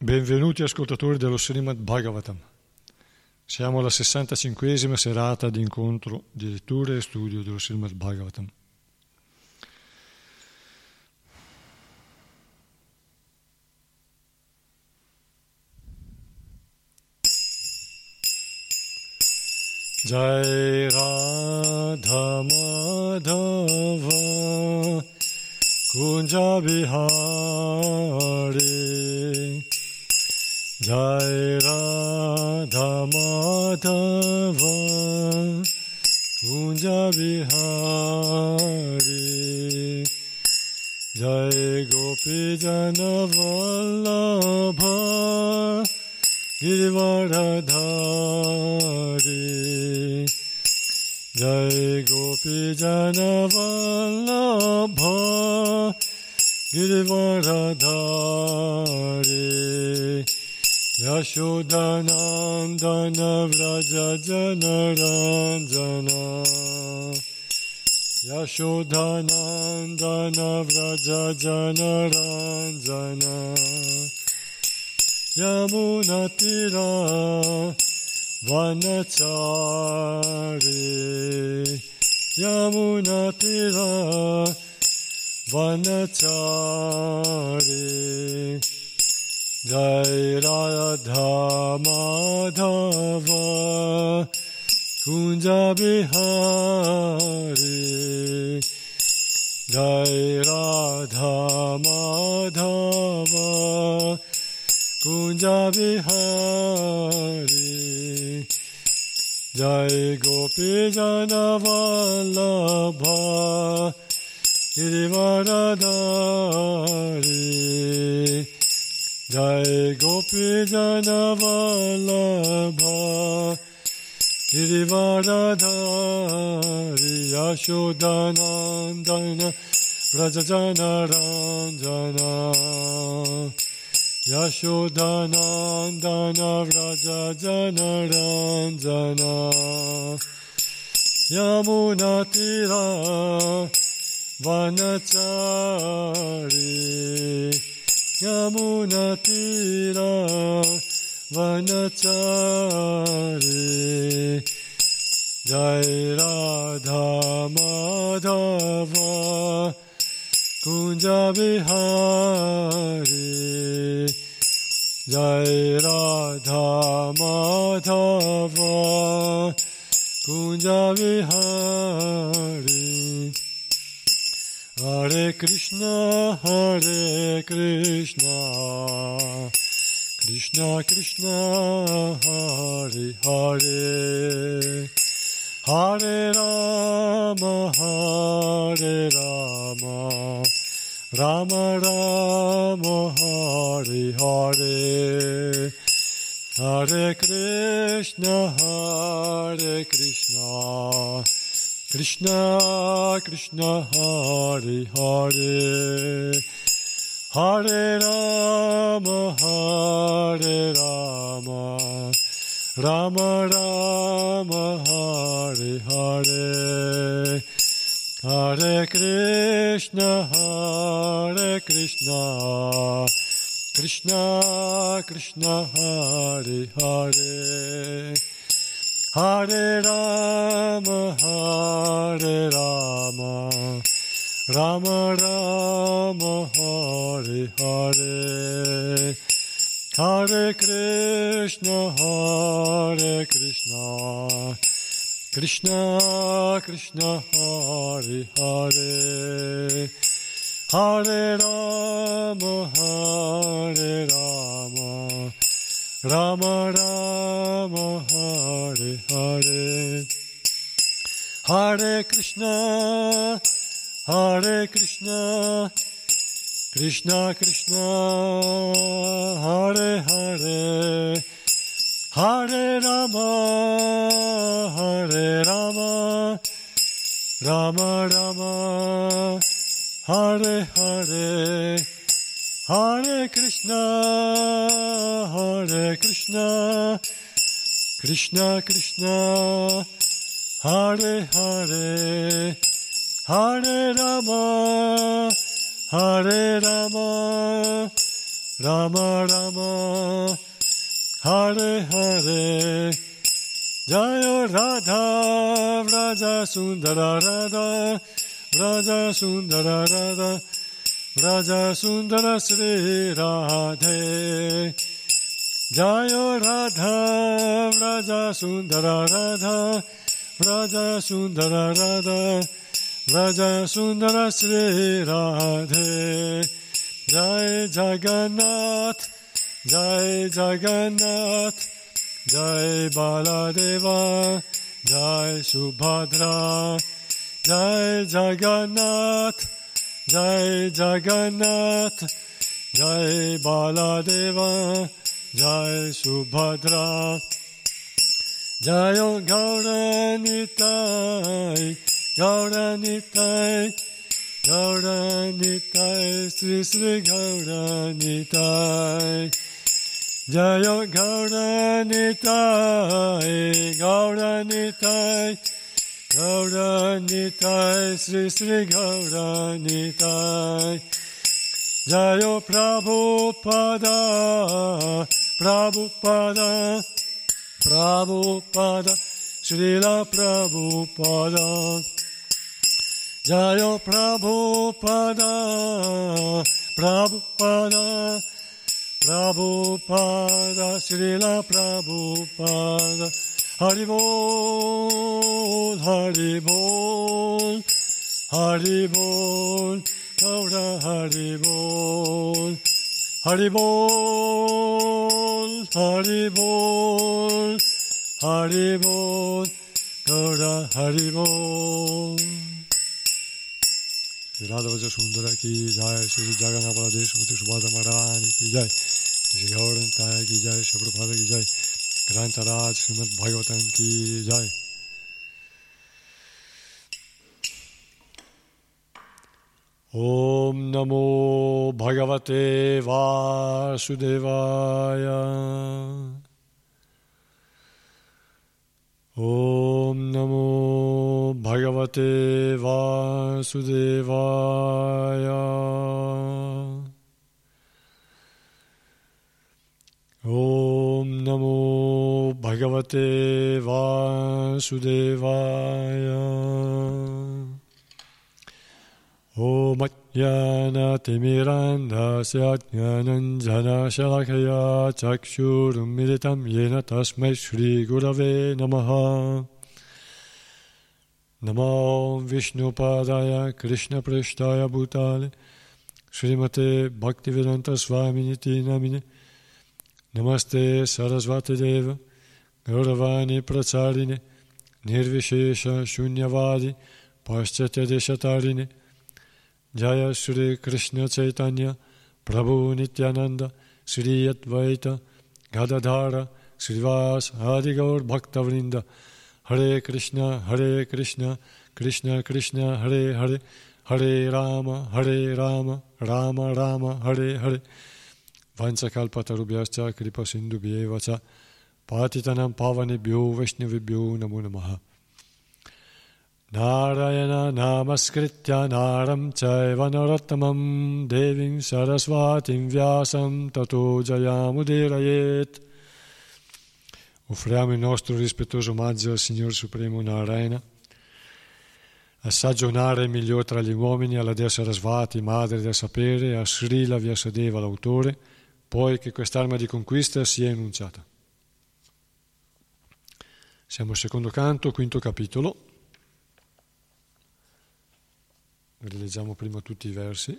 Benvenuti ascoltatori dello Srimad Bhagavatam. Siamo alla 65esima serata di incontro di lettura e studio dello Srimad Bhagavatam. Jai Radha Madhava Kunja Bihari Jai Radha Madhava Kunja Bihari Jai Gopi Jana Vallabha Girivaradhari Jai Gopi Jana Vallabha Girivaradhari Yashodanandana Vraja Janaranjana Yashodanandana Vraja Janaranjana Yamunatira Vanachari Yamunatira Vanachari Jai Radha Madhava Kunja Bihari Jai Radha Madhava Kunja Bihari Jai Gopi Jana Vallabha Girivaradhari Jai Gopi Jana Vallabha Girivaradhari Yashodanandana Vraja Janaranjana Yashodanandana Vraja Janaranjana Yamunatira Vanachari Yamunatira Vanachari Jai Radha Madhava Kunja Bihari Jai Radha Madhava Kunja Bihari Hare Krishna Krishna Krishna Hare Hare Hare Rama Rama Rama Hare Hare Hare Krishna Krishna Krishna Hare Hare Hare Rama Rama Rama Hare Hare Hare Krishna Krishna Krishna Hare Hare Hare Rama Rama Rama Hare Hare Hare Krishna Krishna Krishna Hare Hare Hare Rama Rama Rama Hare Hare Hare Krishna Krishna Krishna Hare Hare Hare Rama Rama Rama Hare Hare Hare Krishna Krishna Krishna Hare Hare Hare Rama Rama Rama, Hare Hare, Jaya Radha, Vraja Sundara Radha, Vraja Sundara Radha, Vraja Sundara Sri Radhe. Jaya Radha, Vraja Sundara Radha, Vraja Sundara Radha, Vraja Sundara Sri Radhe. Jai Jagannath, Jai Jagannath, Jai Baladeva, Jai Subhadra, Jai Jagannath, Jai Jagannath, Jai Baladeva, Jai Subhadra. Jai Gaura Nitai, Gaura Nitai, Gaura Nitai, Sri Sri Gaura Nitai. Jaya Gaura Nitai, Gaura Nitai, Gaura Nitai, Sri Sri Gaura Nitai. Jaya Prabhupada, Prabhupada, Prabhupada, Srila Prabhupada. Jaya Prabhupada, Prabhupada, Prabhupada, Srila Prabhupada. Haribol, Haribol, Haribol, Gaura Haribol, Haribol, Haribol, Haribol, Gaura Haribol. Shri Radha Vraja Sundara ki jai, Shri Jagannath Baladev Sumati Subhadra Maharani ki jai, Shri Gaura Nitai ki jai, Shri Prabhupada ki jai, Grantaraj Srimad Bhagavatam ki jai. Om Namo Bhagavate Vasudevaya. Om Namo Bhagavate Vasudevaya. Om Namo Bhagavate Vasudevaya. Om Ajnana Timirandhasya Jnananjana Shalakaya Chakshurum Militam Yena Tasmai Shri Gurave Namaha. Namo Vishnupadaya Krishna Preshtaya Bhutale Srimate Bhaktivedanta Swaminiti Namine. Namaste Sarasvati Deva Gauravani Pracharine Nirvishesha Shunyavadi Paschatya Deshatarine. Jaya Shri Krishna Chaitanya Prabhu Nityananda Shri Advaita Gadadhara Srivas Adi Gaur Bhaktavrinda. Hare Krishna Krishna Krishna Hare Hare, Hare Rama Rama Rama Hare Hare. Vansakalpatarubhyascha kripa sindubhyeva cha patitanam pavanebhyo vaishnavibhyo namo namaha. Narayana namaskritya naram chaiva narottamam devim sarasvatim vyasam tato jayamudirayet. Offriamo il nostro rispettoso omaggio al Signor Supremo Narayana, a Sagionare migliore tra gli uomini, alla Dea Sarasvati, madre del sapere, a Srila Vyasadeva, l'autore, poi che quest'arma di conquista sia enunciata. Siamo al secondo canto, quinto capitolo. Rileggiamo prima tutti i versi.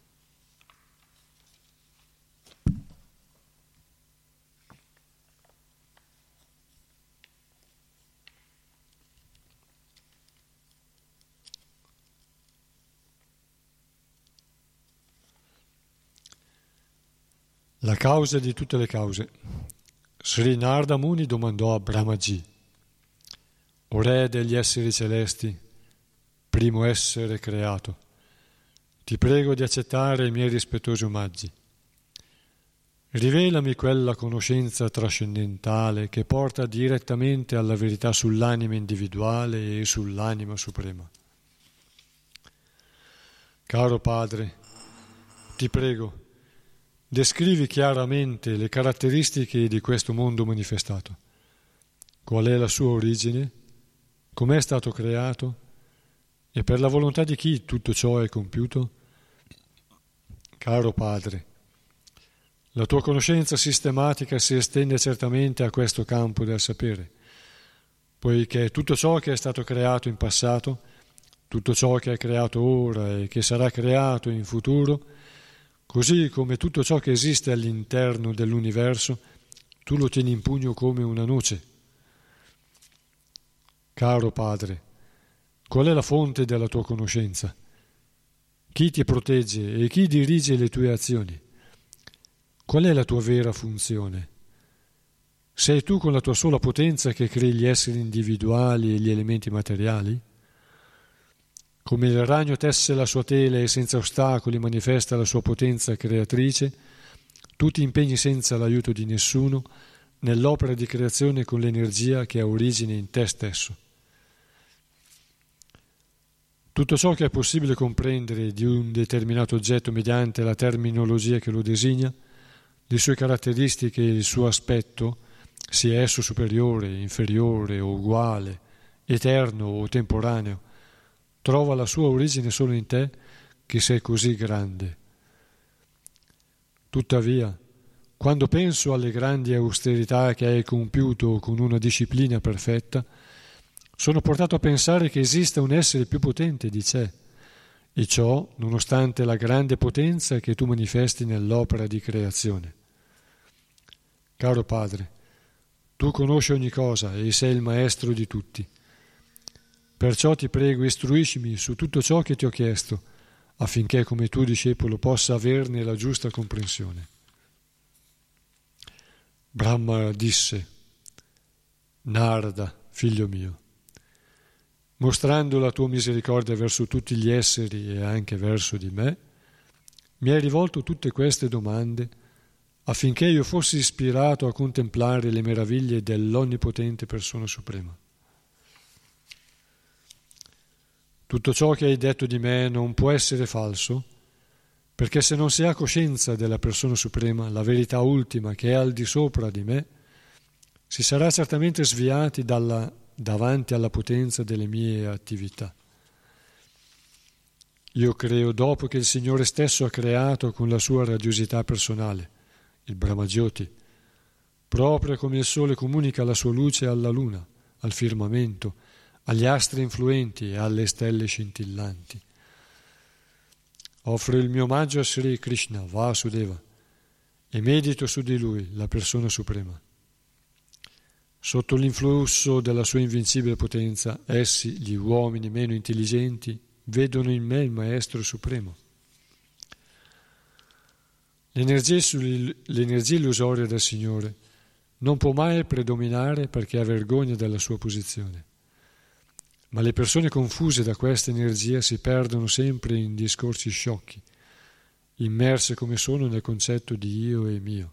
La causa di tutte le cause. Sri Narada Muni domandò a Brahmaji: O re degli esseri celesti, primo essere creato, ti prego di accettare i miei rispettosi omaggi. Rivelami quella conoscenza trascendentale che porta direttamente alla verità sull'anima individuale e sull'anima suprema. Caro Padre, ti prego, descrivi chiaramente le caratteristiche di questo mondo manifestato. Qual è la sua origine? Com'è stato creato? E per la volontà di chi tutto ciò è compiuto? Caro Padre, la tua conoscenza sistematica si estende certamente a questo campo del sapere, poiché tutto ciò che è stato creato in passato, tutto ciò che è creato ora e che sarà creato in futuro, così come tutto ciò che esiste all'interno dell'universo, tu lo tieni in pugno come una noce. Caro Padre, qual è la fonte della tua conoscenza? Chi ti protegge e chi dirige le tue azioni? Qual è la tua vera funzione? Sei tu con la tua sola potenza che crei gli esseri individuali e gli elementi materiali? Come il ragno tesse la sua tela e senza ostacoli manifesta la sua potenza creatrice, tu ti impegni senza l'aiuto di nessuno nell'opera di creazione con l'energia che ha origine in te stesso. Tutto ciò che è possibile comprendere di un determinato oggetto mediante la terminologia che lo designa, le sue caratteristiche e il suo aspetto, sia esso superiore, inferiore o uguale, eterno o temporaneo, trova la sua origine solo in te, che sei così grande. Tuttavia, quando penso alle grandi austerità che hai compiuto con una disciplina perfetta, sono portato a pensare che esista un essere più potente di te, e ciò nonostante la grande potenza che tu manifesti nell'opera di creazione. Caro Padre, tu conosci ogni cosa e sei il maestro di tutti. Perciò ti prego, istruiscimi su tutto ciò che ti ho chiesto, affinché come tuo discepolo possa averne la giusta comprensione. Brahma disse: Narada, figlio mio, mostrando la tua misericordia verso tutti gli esseri e anche verso di me, mi hai rivolto tutte queste domande affinché io fossi ispirato a contemplare le meraviglie dell'onnipotente Persona Suprema. Tutto ciò che hai detto di me non può essere falso, perché se non si ha coscienza della Persona Suprema, la verità ultima che è al di sopra di me, si sarà certamente sviati davanti alla potenza delle mie attività. Io creo dopo che il Signore stesso ha creato con la sua radiosità personale, il Brahmajyoti, proprio come il Sole comunica la sua luce alla Luna, al firmamento, agli astri influenti e alle stelle scintillanti. Offro il mio omaggio a Sri Krishna Vasudeva e medito su di lui, la Persona Suprema. Sotto l'influsso della sua invincibile potenza, essi, gli uomini meno intelligenti, vedono in me il Maestro Supremo. L'energia illusoria del Signore non può mai predominare perché ha vergogna della sua posizione. Ma le persone confuse da questa energia si perdono sempre in discorsi sciocchi, immerse come sono nel concetto di io e mio.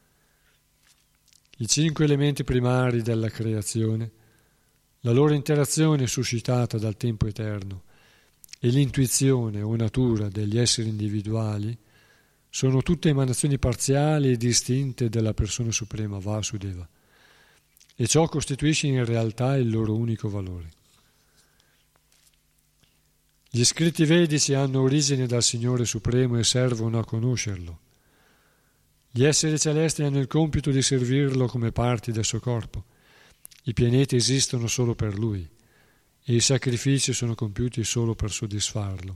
I 5 elementi primari della creazione, la loro interazione suscitata dal tempo eterno e l'intuizione o natura degli esseri individuali sono tutte emanazioni parziali e distinte della Persona Suprema Vasudeva, e ciò costituisce in realtà il loro unico valore. Gli scritti vedici hanno origine dal Signore Supremo e servono a conoscerlo. Gli esseri celesti hanno il compito di servirlo come parti del suo corpo. I pianeti esistono solo per lui e i sacrifici sono compiuti solo per soddisfarlo.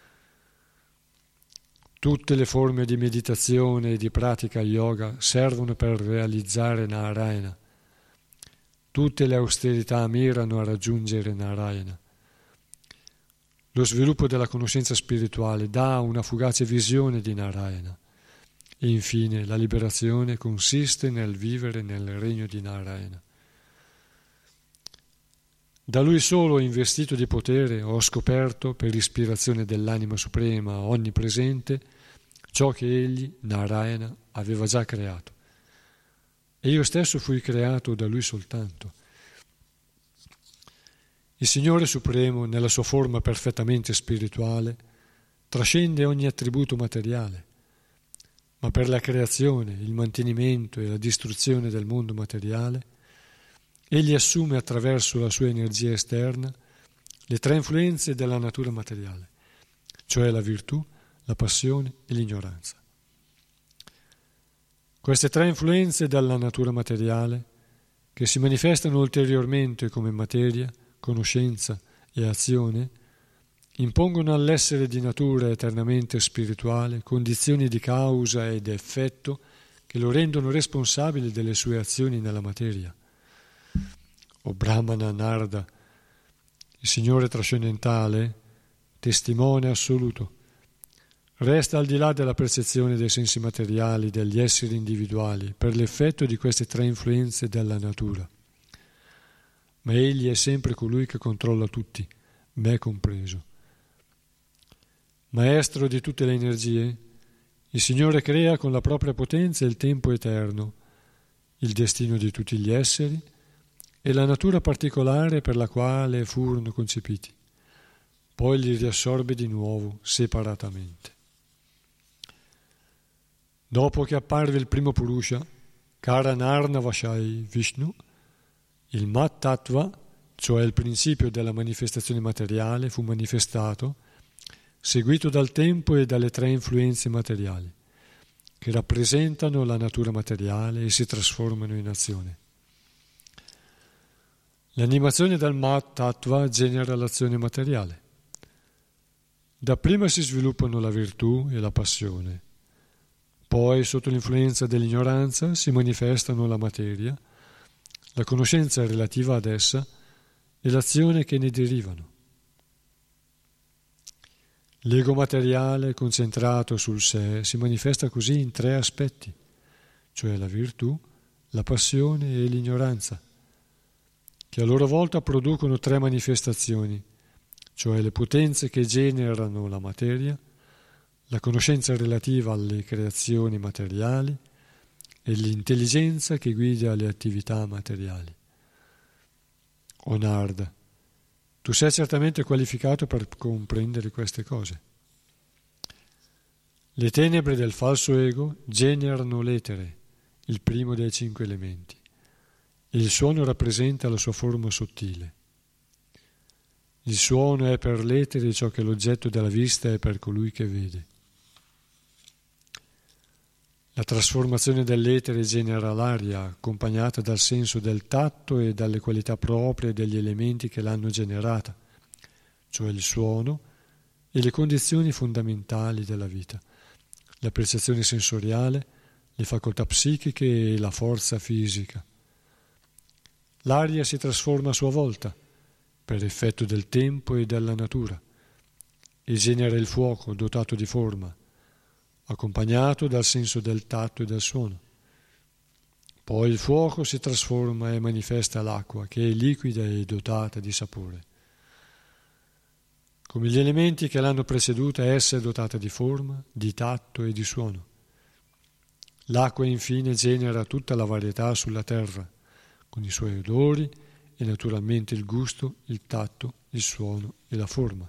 Tutte le forme di meditazione e di pratica yoga servono per realizzare Narayana. Tutte le austerità mirano a raggiungere Narayana. Lo sviluppo della conoscenza spirituale dà una fugace visione di Narayana. E infine la liberazione consiste nel vivere nel regno di Narayana. Da lui solo, investito di potere, ho scoperto, per ispirazione dell'anima suprema onnipresente, ciò che egli, Narayana, aveva già creato. E io stesso fui creato da lui soltanto. Il Signore Supremo, nella sua forma perfettamente spirituale, trascende ogni attributo materiale, ma per la creazione, il mantenimento e la distruzione del mondo materiale, egli assume attraverso la sua energia esterna le tre influenze della natura materiale, cioè la virtù, la passione e l'ignoranza. Queste tre influenze dalla natura materiale, che si manifestano ulteriormente come materia, conoscenza e azione, impongono all'essere di natura eternamente spirituale condizioni di causa ed effetto che lo rendono responsabile delle sue azioni nella materia. O Brahmana Narda, il Signore trascendentale, testimone assoluto, resta al di là della percezione dei sensi materiali degli esseri individuali per l'effetto di queste tre influenze della natura. Ma egli è sempre colui che controlla tutti, me compreso. Maestro di tutte le energie, il Signore crea con la propria potenza il tempo eterno, il destino di tutti gli esseri e la natura particolare per la quale furono concepiti. Poi li riassorbe di nuovo separatamente. Dopo che apparve il primo Purusha, Karanarna Vashai Vishnu, il Mat Tattva, cioè il principio della manifestazione materiale, fu manifestato, seguito dal tempo e dalle tre influenze materiali, che rappresentano la natura materiale e si trasformano in azione. L'animazione del Mat Tattva genera l'azione materiale. Dapprima si sviluppano la virtù e la passione, poi sotto l'influenza dell'ignoranza si manifestano la materia, la conoscenza relativa ad essa e l'azione che ne derivano. L'ego materiale concentrato sul sé si manifesta così in tre aspetti, cioè la virtù, la passione e l'ignoranza, che a loro volta producono tre manifestazioni, cioè le potenze che generano la materia, la conoscenza relativa alle creazioni materiali e l'intelligenza che guida le attività materiali. O Narda, tu sei certamente qualificato per comprendere queste cose. Le tenebre del falso ego generano l'etere, il primo dei 5 elementi, e il suono rappresenta la sua forma sottile. Il suono è per l'etere ciò che l'oggetto della vista è per colui che vede. La trasformazione dell'etere genera l'aria, accompagnata dal senso del tatto e dalle qualità proprie degli elementi che l'hanno generata, cioè il suono e le condizioni fondamentali della vita, la percezione sensoriale, le facoltà psichiche e la forza fisica. L'aria si trasforma a sua volta, per effetto del tempo e della natura, e genera il fuoco dotato di forma, accompagnato dal senso del tatto e del suono. Poi il fuoco si trasforma e manifesta l'acqua, che è liquida e dotata di sapore. Come gli elementi che l'hanno preceduta, essa è dotata di forma, di tatto e di suono. L'acqua infine genera tutta la varietà sulla terra, con i suoi odori e naturalmente il gusto, il tatto, il suono e la forma.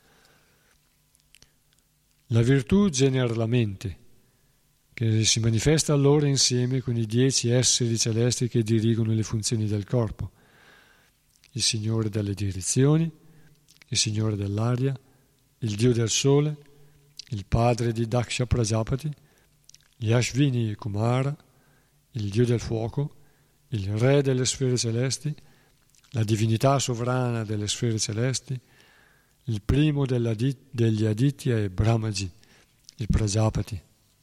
La virtù genera la mente, che si manifesta allora insieme con i 10 esseri celesti che dirigono le funzioni del corpo, il Signore delle direzioni, il Signore dell'aria, il Dio del Sole, il padre di Daksha Prajapati, gli Ashvini Kumara, il Dio del Fuoco, il Re delle sfere celesti, la divinità sovrana delle sfere celesti, il primo degli Aditya è Brahmaji, il Prajapati.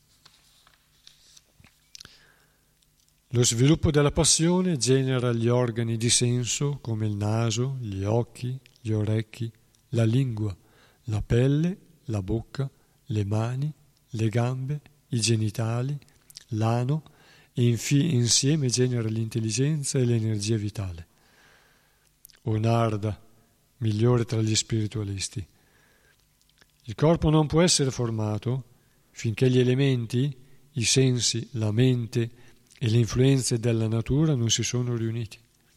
Lo sviluppo della passione genera gli organi di senso come il naso, gli occhi, gli orecchi, la lingua, la pelle, la bocca, le mani, le gambe, i genitali, l'ano e insieme genera l'intelligenza e l'energia vitale. O Narda, migliore tra gli spiritualisti, il corpo non può essere formato finché gli elementi, i sensi, la mente e le influenze della natura non si sono riuniti.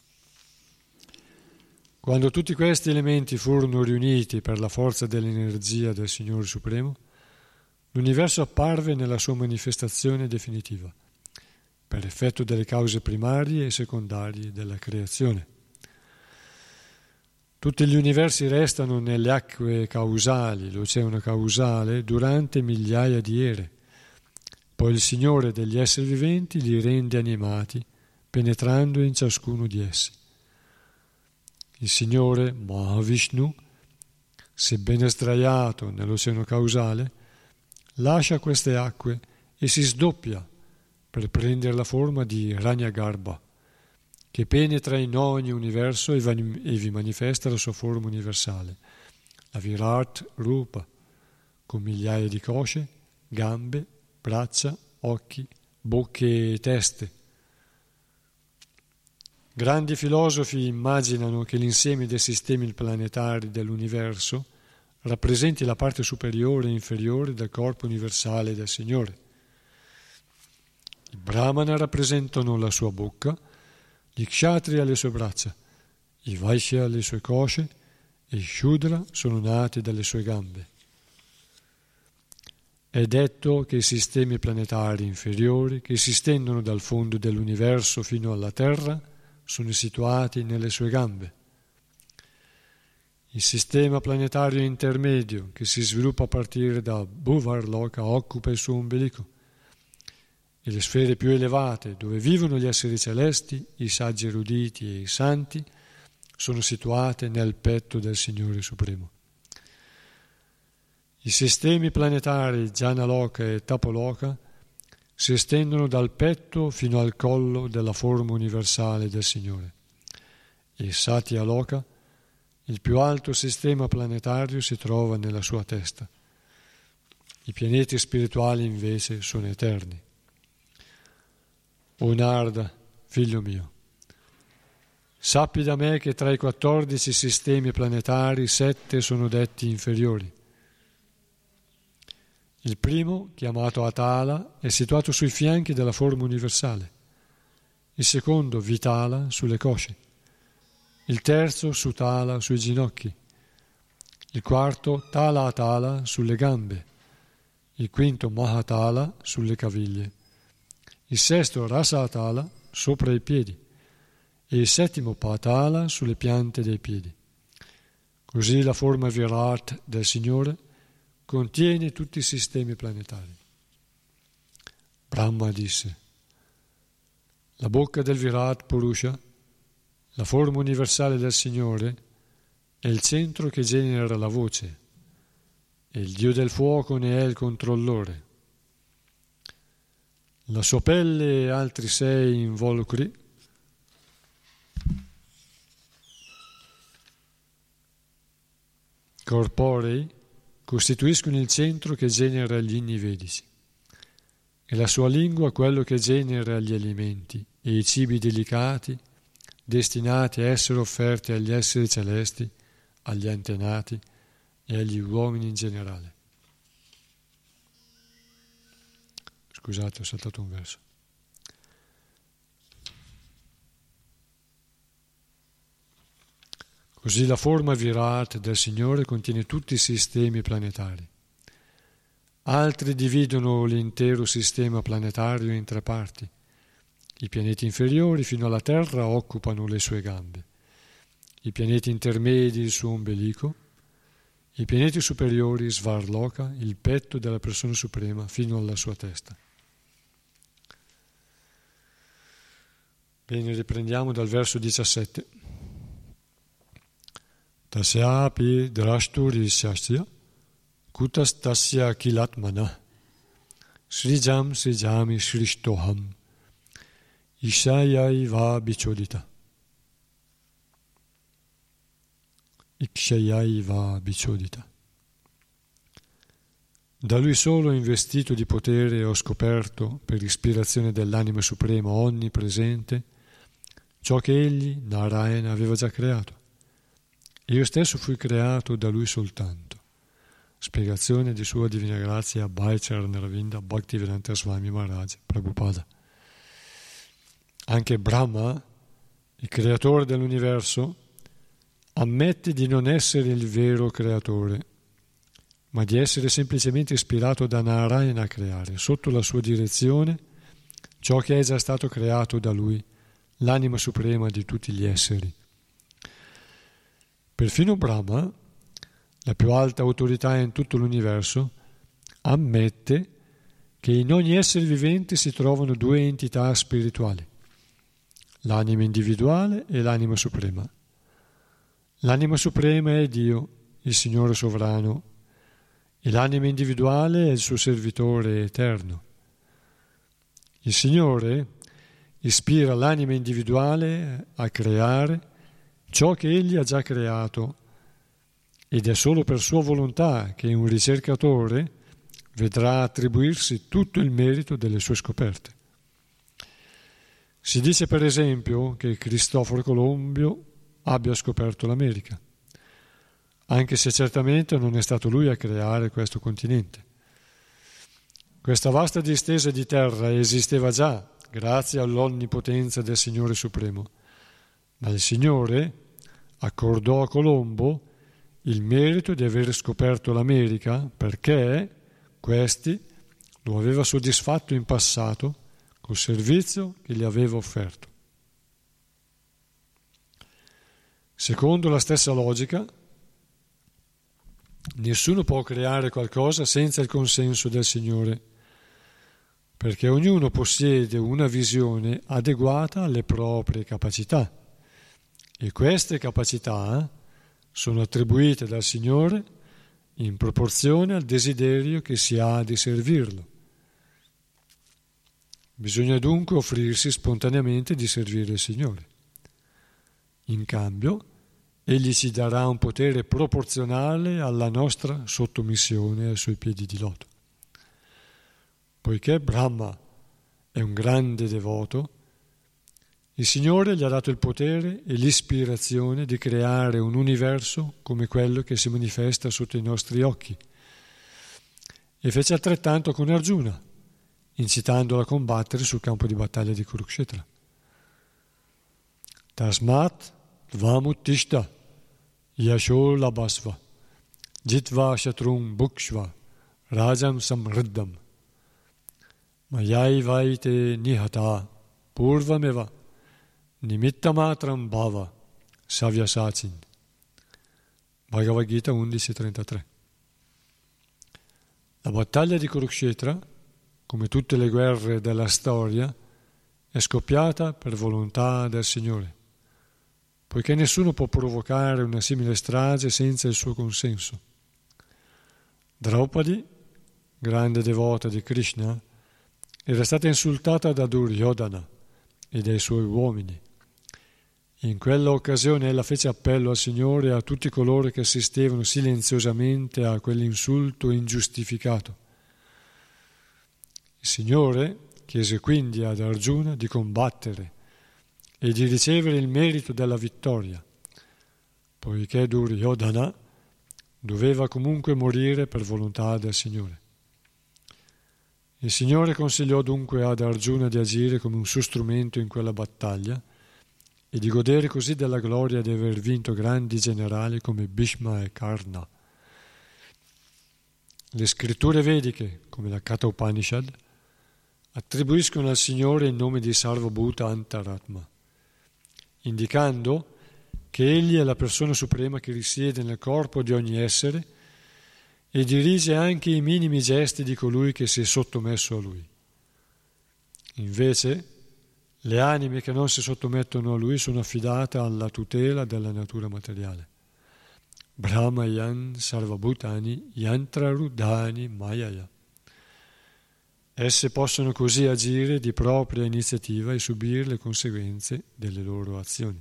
Quando tutti questi elementi furono riuniti per la forza dell'energia del Signore Supremo, l'universo apparve nella sua manifestazione definitiva, per effetto delle cause primarie e secondarie della creazione. Tutti gli universi restano nelle acque causali, l'oceano causale, durante migliaia di ere. Poi il Signore degli esseri viventi li rende animati, penetrando in ciascuno di essi. Il Signore, Mahavishnu, sebbene sdraiato nell'oceano causale, lascia queste acque e si sdoppia per prendere la forma di Ranyagarbha, che penetra in ogni universo e vi manifesta la sua forma universale, la Virat Rupa, con migliaia di cosce, gambe, braccia, occhi, bocche e teste. Grandi filosofi immaginano che l'insieme dei sistemi planetari dell'universo rappresenti la parte superiore e inferiore del corpo universale del Signore. I Brahmana rappresentano la sua bocca, gli Kshatriya le sue braccia, i Vaishya le sue cosce e i Shudra sono nati dalle sue gambe. È detto che i sistemi planetari inferiori, che si stendono dal fondo dell'universo fino alla Terra, sono situati nelle sue gambe. Il sistema planetario intermedio, che si sviluppa a partire da Bhuvarloka, occupa il suo ombelico. E le sfere più elevate, dove vivono gli esseri celesti, i saggi eruditi e i santi, sono situate nel petto del Signore Supremo. I sistemi planetari Janaloka e Tapaloka si estendono dal petto fino al collo della forma universale del Signore. E Satyaloka, il più alto sistema planetario, si trova nella sua testa. I pianeti spirituali invece sono eterni. O Narda, figlio mio, sappi da me che tra i 14 sistemi planetari 7 sono detti inferiori. Il primo, chiamato Atala, è situato sui fianchi della forma universale. Il secondo, Vitala, sulle cosce. Il terzo, Sutala, sui ginocchi. Il quarto, Tala Atala, sulle gambe. Il quinto, Mahatala, sulle caviglie. Il sesto, Rasa Atala, sopra i piedi. E il settimo, Patala, sulle piante dei piedi. Così la forma Virat del Signore contiene tutti i sistemi planetari. Brahma disse: la bocca del Virat Purusha, la forma universale del Signore, è il centro che genera la voce, e il Dio del fuoco ne è il controllore. La sua pelle e altri 6 involucri corporei costituiscono il centro che genera gli inni vedici, e la sua lingua quello che genera gli alimenti e i cibi delicati destinati a essere offerti agli esseri celesti, agli antenati e agli uomini in generale. Scusate, ho saltato un verso. Così la forma Virat del Signore contiene tutti i sistemi planetari. Altri dividono l'intero sistema planetario in 3 parti. I pianeti inferiori fino alla Terra occupano le sue gambe. I pianeti intermedi il suo ombelico. I pianeti superiori Svarloka, il petto della persona suprema fino alla sua testa. Bene, riprendiamo dal verso 17. Tasyapi drashturi syasya kutastasya kilatmana srijam srijami shrishtoham ishayai va bichodita. Ikshayai va bichodita. Da lui solo investito di potere ho scoperto, per ispirazione dell'anima suprema onnipresente, ciò che egli, Narayana, aveva già creato. Io stesso fui creato da lui soltanto. Spiegazione di sua divina grazia a Bhai Charanavinda Bhaktivedanta Swami Maharaj Prabhupada. Anche Brahma, il creatore dell'universo, ammette di non essere il vero creatore, ma di essere semplicemente ispirato da Narayana a creare, sotto la sua direzione, ciò che è già stato creato da lui, l'anima suprema di tutti gli esseri. Perfino Brahma, la più alta autorità in tutto l'universo, ammette che in ogni essere vivente si trovano due entità spirituali, l'anima individuale e l'anima suprema. L'anima suprema è Dio, il Signore sovrano, e l'anima individuale è il suo servitore eterno. Il Signore ispira l'anima individuale a creare ciò che Egli ha già creato, ed è solo per sua volontà che un ricercatore vedrà attribuirsi tutto il merito delle sue scoperte. Si dice per esempio che Cristoforo Colombo abbia scoperto l'America, anche se certamente non è stato lui a creare questo continente. Questa vasta distesa di terra esisteva già grazie all'onnipotenza del Signore Supremo, ma il Signore accordò a Colombo il merito di aver scoperto l'America perché questi lo aveva soddisfatto in passato col servizio che gli aveva offerto. Secondo la stessa logica, nessuno può creare qualcosa senza il consenso del Signore, perché ognuno possiede una visione adeguata alle proprie capacità e queste capacità sono attribuite dal Signore in proporzione al desiderio che si ha di servirlo. Bisogna dunque offrirsi spontaneamente di servire il Signore. In cambio, Egli ci darà un potere proporzionale alla nostra sottomissione ai suoi piedi di loto. Poiché Brahma è un grande devoto, il Signore gli ha dato il potere e l'ispirazione di creare un universo come quello che si manifesta sotto i nostri occhi. E fece altrettanto con Arjuna, incitandolo a combattere sul campo di battaglia di Kurukshetra. Tasmat Dvamuttishta Yasho Labasva Jitva Shatrum Bhukshva Rajam Samriddham Mayai Vaite Nihata Purvameva Nimittamatram Bhava Savyasachin. Bhagavad Gita 11.33. La battaglia di Kurukshetra, come tutte le guerre della storia, è scoppiata per volontà del Signore, poiché nessuno può provocare una simile strage senza il suo consenso. Draupadi, grande devota di Krishna, era stata insultata da Duryodhana e dai suoi uomini. In quella occasione ella fece appello al Signore e a tutti coloro che assistevano silenziosamente a quell'insulto ingiustificato. Il Signore chiese quindi ad Arjuna di combattere e di ricevere il merito della vittoria, poiché Duryodhana doveva comunque morire per volontà del Signore. Il Signore consigliò dunque ad Arjuna di agire come un suo strumento in quella battaglia e di godere così della gloria di aver vinto grandi generali come Bhishma e Karna. Le scritture vediche, come la Katha Upanishad, attribuiscono al Signore il nome di Sarvabhuta Antaratma, indicando che Egli è la persona suprema che risiede nel corpo di ogni essere e dirige anche i minimi gesti di colui che si è sottomesso a Lui. Invece, le anime che non si sottomettono a Lui sono affidate alla tutela della natura materiale. Brahma yan sarvabhutani yantrarudhani mayaya. Esse possono così agire di propria iniziativa e subire le conseguenze delle loro azioni.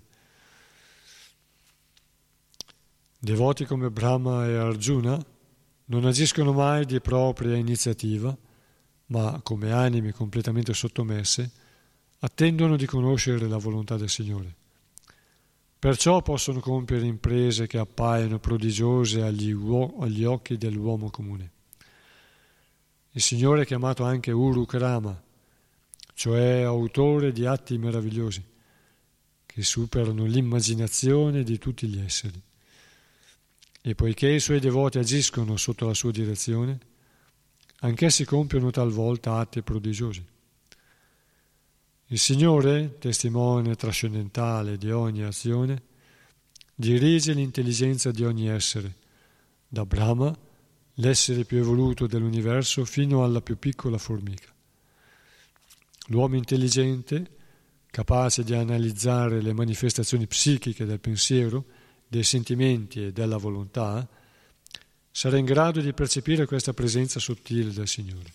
Devoti come Brahma e Arjuna non agiscono mai di propria iniziativa, ma come anime completamente sottomesse attendono di conoscere la volontà del Signore. Perciò possono compiere imprese che appaiono prodigiose agli occhi dell'uomo comune. Il Signore è chiamato anche Urukrama, cioè autore di atti meravigliosi, che superano l'immaginazione di tutti gli esseri. e poiché i suoi devoti agiscono sotto la sua direzione, anch'essi compiono talvolta atti prodigiosi. Il Signore, testimone trascendentale di ogni azione, dirige l'intelligenza di ogni essere, da Brahma, l'essere più evoluto dell'universo, fino alla più piccola formica. L'uomo intelligente, capace di analizzare le manifestazioni psichiche del pensiero, dei sentimenti e della volontà, sarà in grado di percepire questa presenza sottile del Signore.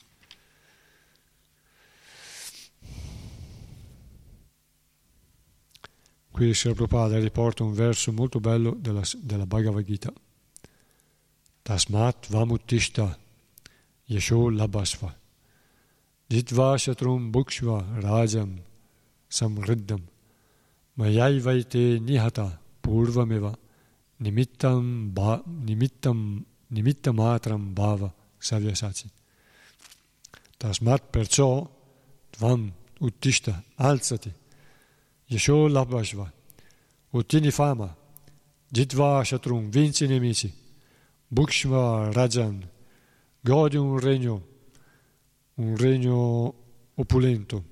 Qui Srila Prabhupada riporta un verso molto bello della Bhagavad Gita. Tasmat vamuttishta yasho labhasva jitva shatrum bhukshva rajam samriddham mayaivaite nihata purvameva nimittamatram bhava savyasaci. Tasmat, perciò, tvam uttishta, alzati, yasho labhasva, ottieni fama, jitva shatrum, vinci i nemici, bhukshva rajan, godi un regno opulento.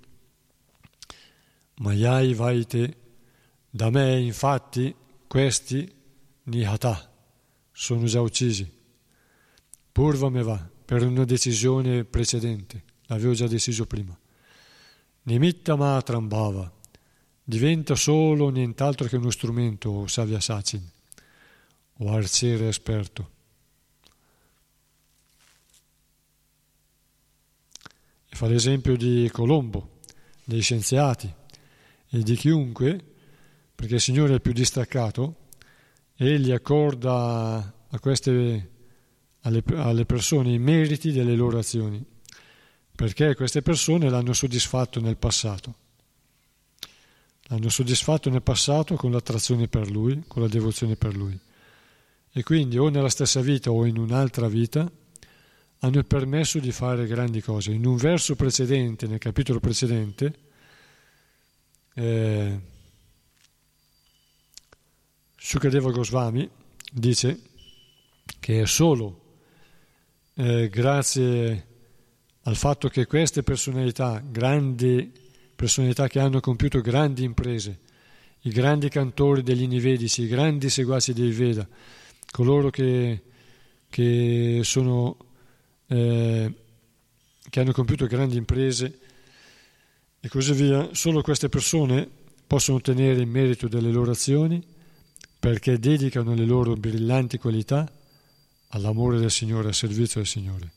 Mayai vaite, da me infatti questi nihata sono già uccisi. Purvameva, per una decisione precedente, l'avevo già deciso prima. Nimitta matram bhava, diventa solo nient'altro che uno strumento, o savyasacin, o arciere esperto. E fa l'esempio di Colombo, dei scienziati e di chiunque, perché il Signore è il più distaccato, e egli accorda alle persone i meriti delle loro azioni, perché queste persone l'hanno soddisfatto nel passato. L'hanno soddisfatto nel passato con l'attrazione per Lui, con la devozione per Lui. E quindi o nella stessa vita o in un'altra vita hanno il permesso di fare grandi cose. In un verso precedente, nel capitolo precedente, Shukadeva Goswami dice che è solo grazie al fatto che queste personalità, grandi personalità che hanno compiuto grandi imprese, i grandi cantori degli Nivedici, i grandi seguaci dei Veda, coloro che hanno compiuto grandi imprese e così via, solo queste persone possono ottenere il merito delle loro azioni perché dedicano le loro brillanti qualità all'amore del Signore, al servizio del Signore.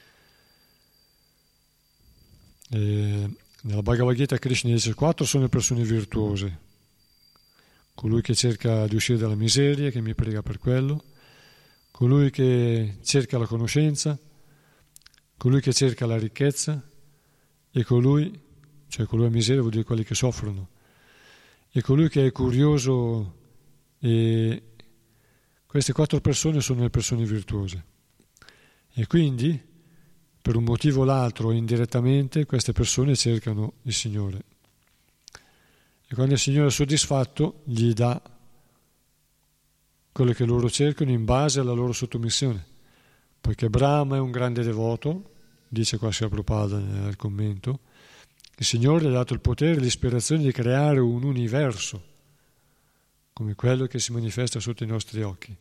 Nella Bhagavad Gita Krishna dice: 4 sono le persone virtuose: colui che cerca di uscire dalla miseria, che mi prega per quello, colui che cerca la conoscenza, colui che cerca la ricchezza e colui a miseria vuol dire quelli che soffrono, e colui che è curioso. E queste 4 persone sono le persone virtuose, e quindi per un motivo o l'altro, indirettamente, queste persone cercano il Signore, e quando il Signore è soddisfatto gli dà quello che loro cercano in base alla loro sottomissione, poiché Brahma è un grande devoto, dice qua Srila Prabhupada nel commento, il Signore gli ha dato il potere e l'ispirazione di creare un universo come quello che si manifesta sotto i nostri occhi,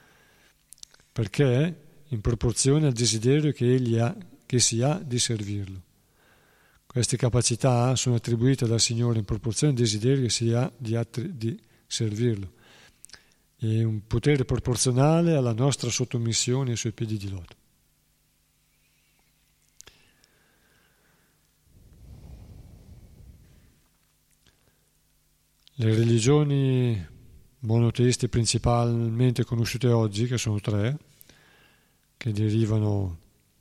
perché in proporzione al desiderio che si ha di servirlo. Queste capacità sono attribuite dal Signore in proporzione al desiderio che si ha di servirlo. È un potere proporzionale alla nostra sottomissione ai suoi piedi di loto. Le religioni monoteiste principalmente conosciute oggi, che sono 3, che derivano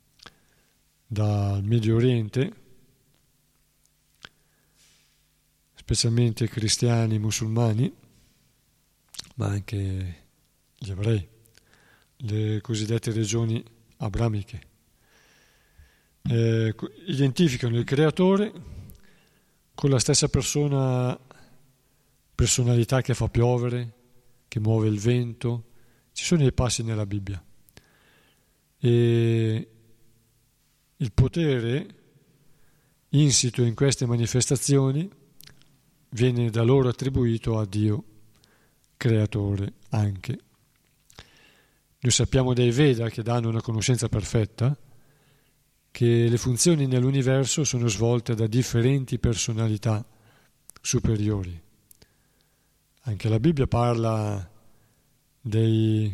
dal Medio Oriente, specialmente cristiani e musulmani, ma anche gli ebrei, le cosiddette religioni abramiche. Identificano il creatore con la stessa personalità che fa piovere, che muove il vento, Ci sono dei passi nella Bibbia. E il potere insito in queste manifestazioni viene da loro attribuito a Dio, creatore anche. Noi sappiamo dai Veda, che danno una conoscenza perfetta, che le funzioni nell'universo sono svolte da differenti personalità superiori. Anche la Bibbia parla degli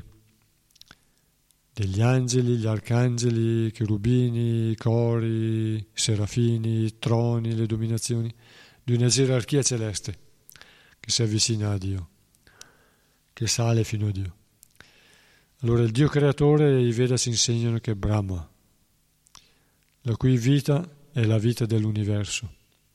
angeli, gli arcangeli, i cherubini, i cori, i serafini, i troni, le dominazioni, di una gerarchia celeste che si avvicina a Dio, che sale fino a Dio. Allora il Dio creatore, i Veda ci insegnano che è Brahma, la cui vita è la vita dell'universo.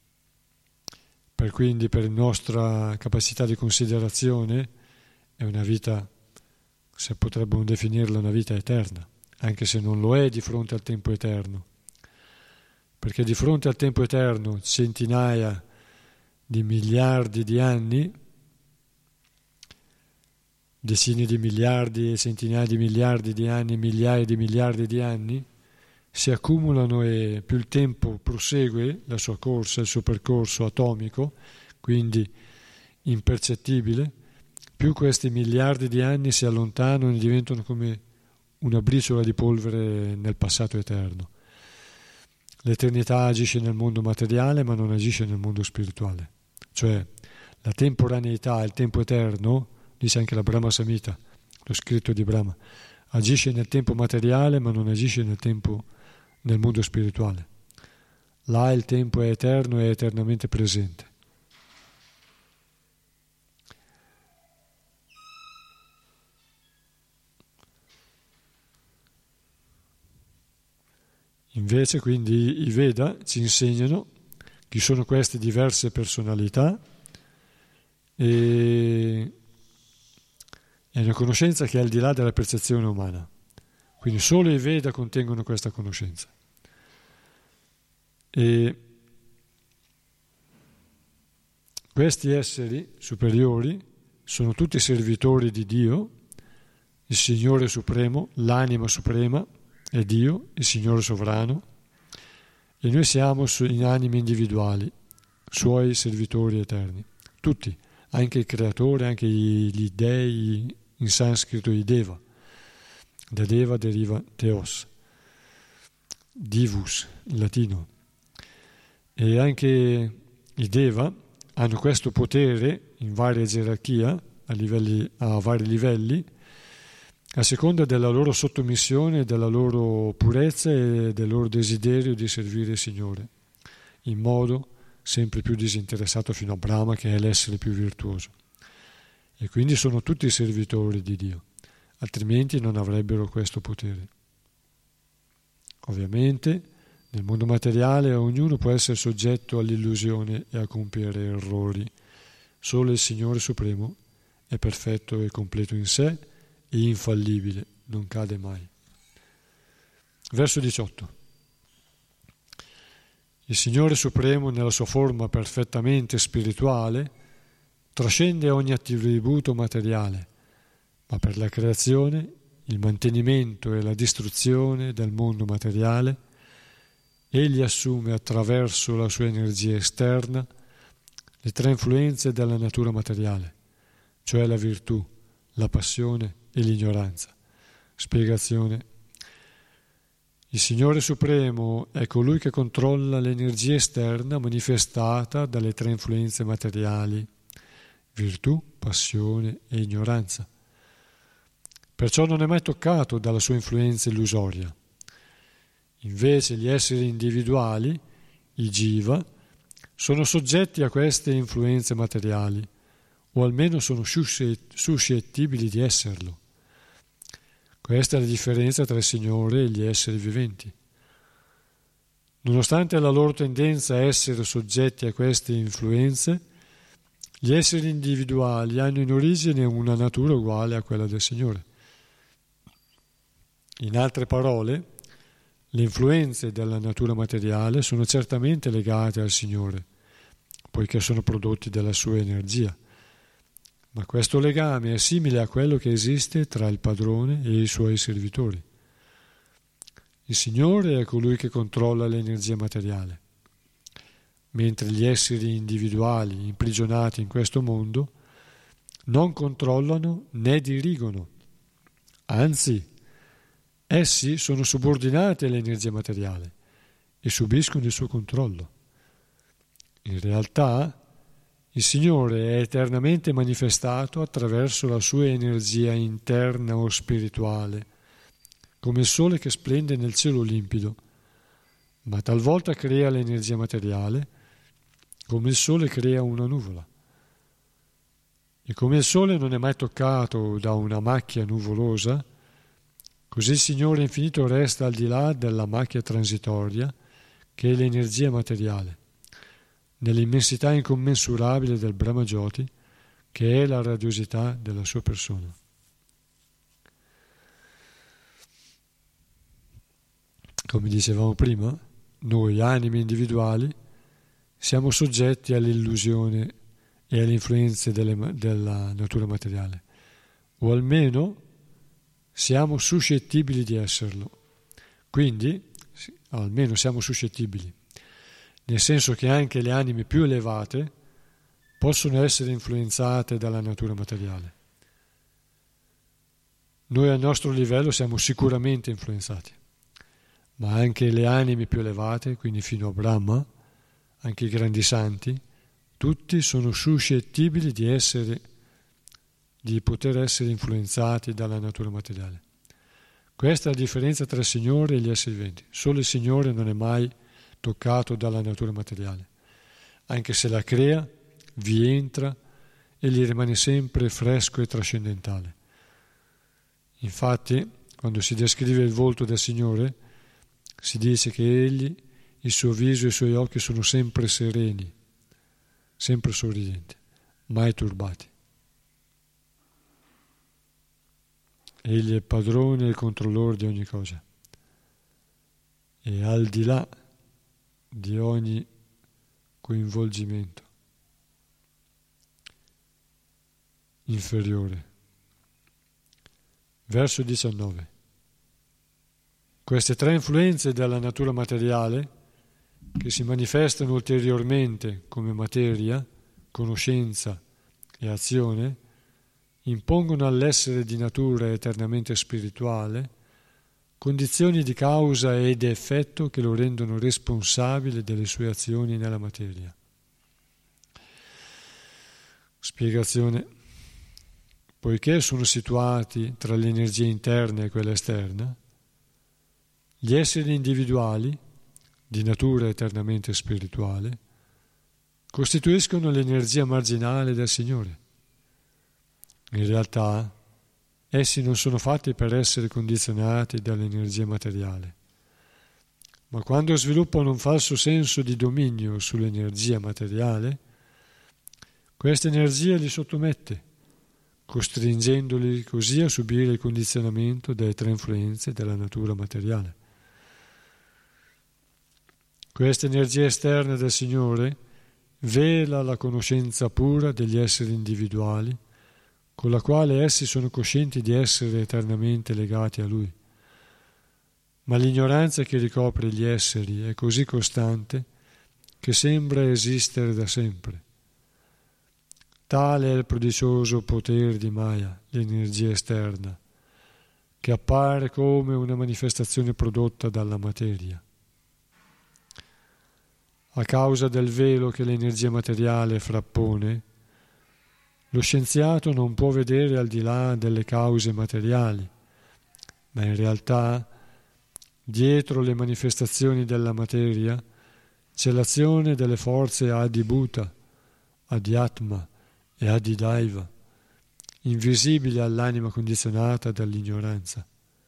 Per nostra capacità di considerazione è una vita, se potremmo definirla una vita eterna, anche se non lo è di fronte al tempo eterno. Perché di fronte al tempo eterno, centinaia di miliardi di anni, decine di miliardi e centinaia di miliardi di anni, migliaia di miliardi di anni, si accumulano e più il tempo prosegue la sua corsa, il suo percorso atomico, quindi impercettibile, più questi miliardi di anni si allontanano e diventano come una briciola di polvere nel passato eterno. L'eternità agisce nel mondo materiale ma non agisce nel mondo spirituale. Cioè la temporaneità, il tempo eterno, dice anche la Brahma Samhita, lo scritto di Brahma, agisce nel tempo materiale ma non agisce nel mondo spirituale. Là il tempo è eterno e eternamente presente. Invece quindi i Veda ci insegnano chi sono queste diverse personalità e è una conoscenza che è al di là della percezione umana. Quindi solo i Veda contengono questa conoscenza. E questi esseri superiori sono tutti servitori di Dio, il Signore Supremo, l'anima suprema è Dio, il Signore sovrano, e noi siamo in anime individuali, suoi servitori eterni. Tutti, anche il Creatore, anche gli dei, in sanscrito i Deva. Da Deva deriva Theos, Divus in latino. E anche i Deva hanno questo potere in varie gerarchie, a vari livelli, a seconda della loro sottomissione, della loro purezza e del loro desiderio di servire il Signore, in modo sempre più disinteressato fino a Brahma, che è l'essere più virtuoso. E quindi sono tutti servitori di Dio, altrimenti non avrebbero questo potere. Ovviamente nel mondo materiale ognuno può essere soggetto all'illusione e a compiere errori. Solo il Signore Supremo è perfetto e completo in sé e infallibile, non cade mai. Verso 18. Il Signore Supremo, nella sua forma perfettamente spirituale, trascende ogni attributo materiale, ma per la creazione, il mantenimento e la distruzione del mondo materiale, egli assume attraverso la sua energia esterna le tre influenze della natura materiale, cioè la virtù, la passione e l'ignoranza. Spiegazione. Il Signore Supremo è colui che controlla l'energia esterna manifestata dalle tre influenze materiali, virtù, passione e ignoranza. Perciò non è mai toccato dalla sua influenza illusoria. Invece gli esseri individuali, i jiva, sono soggetti a queste influenze materiali, o almeno sono suscettibili di esserlo. Questa è la differenza tra il Signore e gli esseri viventi. Nonostante la loro tendenza a essere soggetti a queste influenze, gli esseri individuali hanno in origine una natura uguale a quella del Signore. In altre parole, le influenze della natura materiale sono certamente legate al Signore, poiché sono prodotti della sua energia, ma questo legame è simile a quello che esiste tra il padrone e i suoi servitori. Il Signore è colui che controlla l'energia materiale, mentre gli esseri individuali imprigionati in questo mondo non controllano né dirigono, anzi, essi sono subordinati all'energia materiale e subiscono il suo controllo. In realtà, il Signore è eternamente manifestato attraverso la sua energia interna o spirituale, come il sole che splende nel cielo limpido, ma talvolta crea l'energia materiale, come il sole crea una nuvola. E come il sole non è mai toccato da una macchia nuvolosa, così il Signore infinito resta al di là della macchia transitoria, che è l'energia materiale, nell'immensità incommensurabile del Brahma Jyoti, che è la radiosità della sua persona. Come dicevamo prima, noi, anime individuali, siamo soggetti all'illusione e alle influenze della natura materiale, o almeno siamo suscettibili di esserlo. Quindi, almeno siamo suscettibili, nel senso che anche le anime più elevate possono essere influenzate dalla natura materiale. Noi al nostro livello siamo sicuramente influenzati, ma anche le anime più elevate, quindi fino a Brahma, anche i grandi santi, tutti sono suscettibili di poter essere influenzati dalla natura materiale. Questa è la differenza tra il Signore e gli esseri viventi. Solo il Signore non è mai toccato dalla natura materiale, anche se la crea, vi entra e gli rimane sempre fresco e trascendentale. Infatti, quando si descrive il volto del Signore, si dice che egli, il suo viso e i suoi occhi sono sempre sereni, sempre sorridenti, mai turbati. Egli è il padrone e il controllore di ogni cosa, e al di là di ogni coinvolgimento inferiore. Verso 19. Queste tre influenze della natura materiale, che si manifestano ulteriormente come materia, conoscenza e azione, impongono all'essere di natura eternamente spirituale condizioni di causa ed effetto che lo rendono responsabile delle sue azioni nella materia. Spiegazione. Poiché sono situati tra l'energia interna e quella esterna, gli esseri individuali, di natura eternamente spirituale, costituiscono l'energia marginale del Signore. In realtà, essi non sono fatti per essere condizionati dall'energia materiale, ma quando sviluppano un falso senso di dominio sull'energia materiale, questa energia li sottomette, costringendoli così a subire il condizionamento delle tre influenze della natura materiale. Questa energia esterna del Signore vela la conoscenza pura degli esseri individuali, con la quale essi sono coscienti di essere eternamente legati a Lui. Ma l'ignoranza che ricopre gli esseri è così costante che sembra esistere da sempre. Tale è il prodigioso potere di Maya, l'energia esterna, che appare come una manifestazione prodotta dalla materia. A causa del velo che l'energia materiale frappone, lo scienziato non può vedere al di là delle cause materiali, ma in realtà, dietro le manifestazioni della materia, c'è l'azione delle forze Adibhuta, Adhyatma e Adidaiva, invisibili all'anima condizionata dall'ignoranza.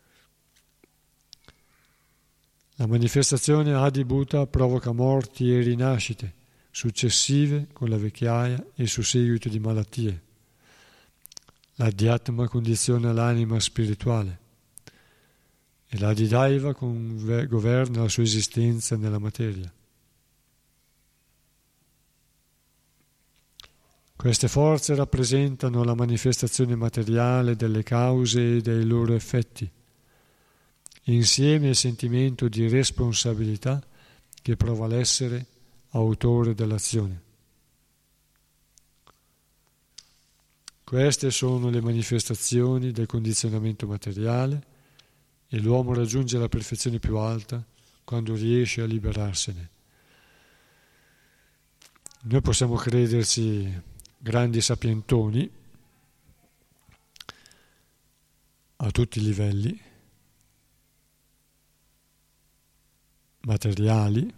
La manifestazione Adibhuta provoca morti e rinascite successive con la vecchiaia e il susseguito di malattie. L'Adhyatma condiziona l'anima spirituale e l'Adidaiva governa la sua esistenza nella materia. Queste forze rappresentano la manifestazione materiale delle cause e dei loro effetti, insieme al sentimento di responsabilità che prova l'essere autore dell'azione. Queste sono le manifestazioni del condizionamento materiale e l'uomo raggiunge la perfezione più alta quando riesce a liberarsene. Noi possiamo crederci grandi sapientoni a tutti i livelli, materiali,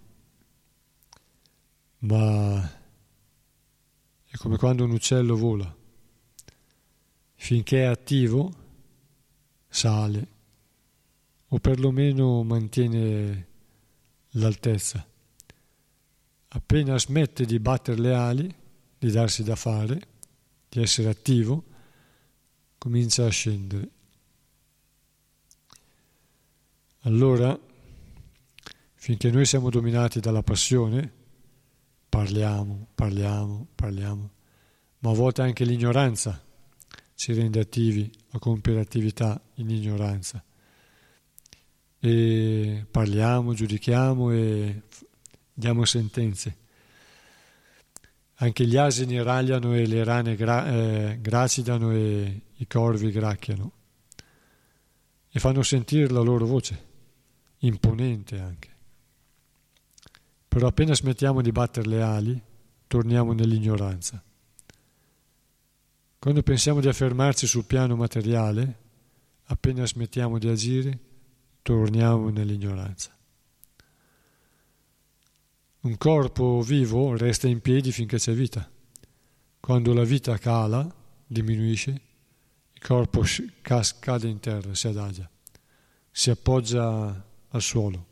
ma è come quando un uccello vola. Finché è attivo, sale, o perlomeno mantiene l'altezza. Appena smette di battere le ali, di darsi da fare, di essere attivo, comincia a scendere. Allora, finché noi siamo dominati dalla passione, parliamo, ma a volte anche l'ignoranza ci rende attivi a compiere attività in ignoranza. E parliamo, giudichiamo e diamo sentenze. Anche gli asini ragliano e le rane gracidano e i corvi gracchiano e fanno sentire la loro voce, imponente anche. Però appena smettiamo di battere le ali, torniamo nell'ignoranza. Quando pensiamo di affermarci sul piano materiale, appena smettiamo di agire, torniamo nell'ignoranza. Un corpo vivo resta in piedi finché c'è vita. Quando la vita cala, diminuisce, il corpo cade in terra, si adagia, si appoggia al suolo.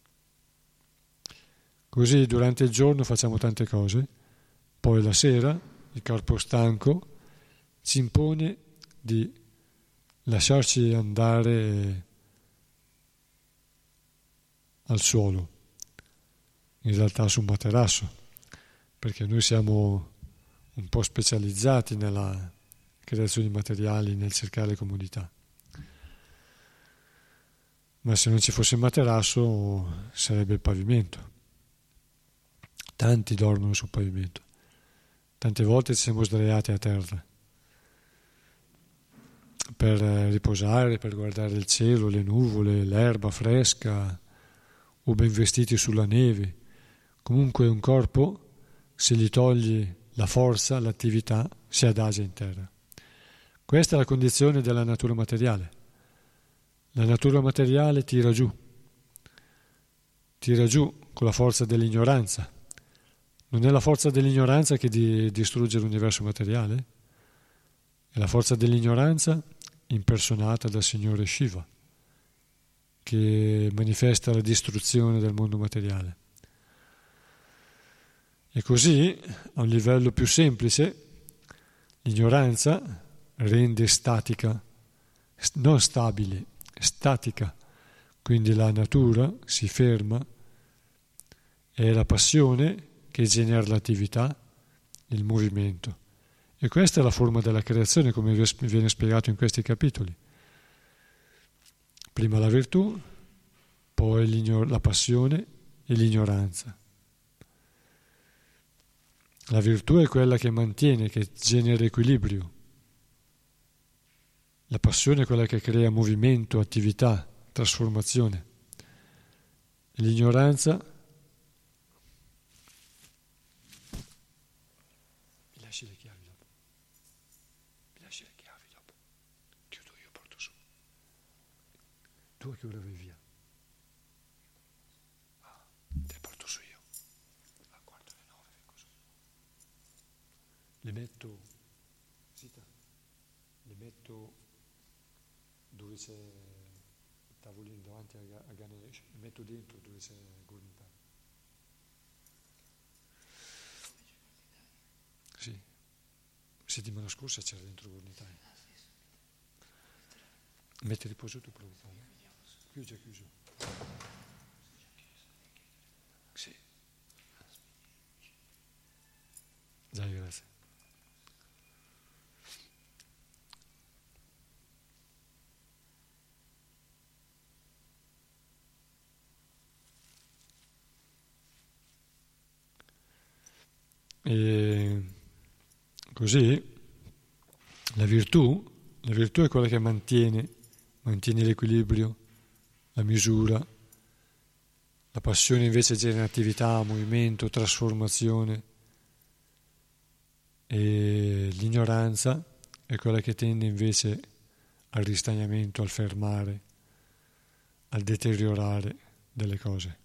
Così durante il giorno facciamo tante cose, poi la sera il corpo stanco ci impone di lasciarci andare al suolo, in realtà su un materasso, perché noi siamo un po' specializzati nella creazione di materiali, nel cercare comodità. Ma se non ci fosse il materasso sarebbe il pavimento. Tanti dormono sul pavimento. Tante volte ci siamo sdraiati a terra per riposare, per guardare il cielo, le nuvole, l'erba fresca o ben vestiti sulla neve. Comunque un corpo, se gli togli la forza, l'attività, si adagia in terra. Questa è la condizione della natura materiale. La natura materiale tira giù con la forza dell'ignoranza. Non è la forza dell'ignoranza che distrugge l'universo materiale? È la forza dell'ignoranza impersonata dal Signore Shiva, che manifesta la distruzione del mondo materiale. E così, a un livello più semplice, l'ignoranza rende statica, non stabile, statica. Quindi la natura si ferma, è la passione che genera l'attività, il movimento. E questa è la forma della creazione, come viene spiegato in questi capitoli. Prima la virtù, poi la passione e l'ignoranza. La virtù è quella che mantiene, che genera equilibrio. La passione è quella che crea movimento, attività, trasformazione. E l'ignoranza mi lasci le chiavi dopo. Mi lasci le chiavi dopo. Chiudo io, porto su. Tu a che ora vai via? Te porto su io. A quarto alle 9 vengo su. Le metto, Zita, le metto dove c'è il tavolino davanti a Ganesh, le metto dentro dove c'è Gurnita. Sì, settimana scorsa c'era dentro Gurnita. Metti riposo tu Prabhupada. Qui ho già chiuso. Sì. Dai, grazie. E così la virtù è quella che mantiene l'equilibrio, la misura. La passione invece genera attività, movimento, trasformazione, e l'ignoranza è quella che tende invece al ristagnamento, al fermare, al deteriorare delle cose.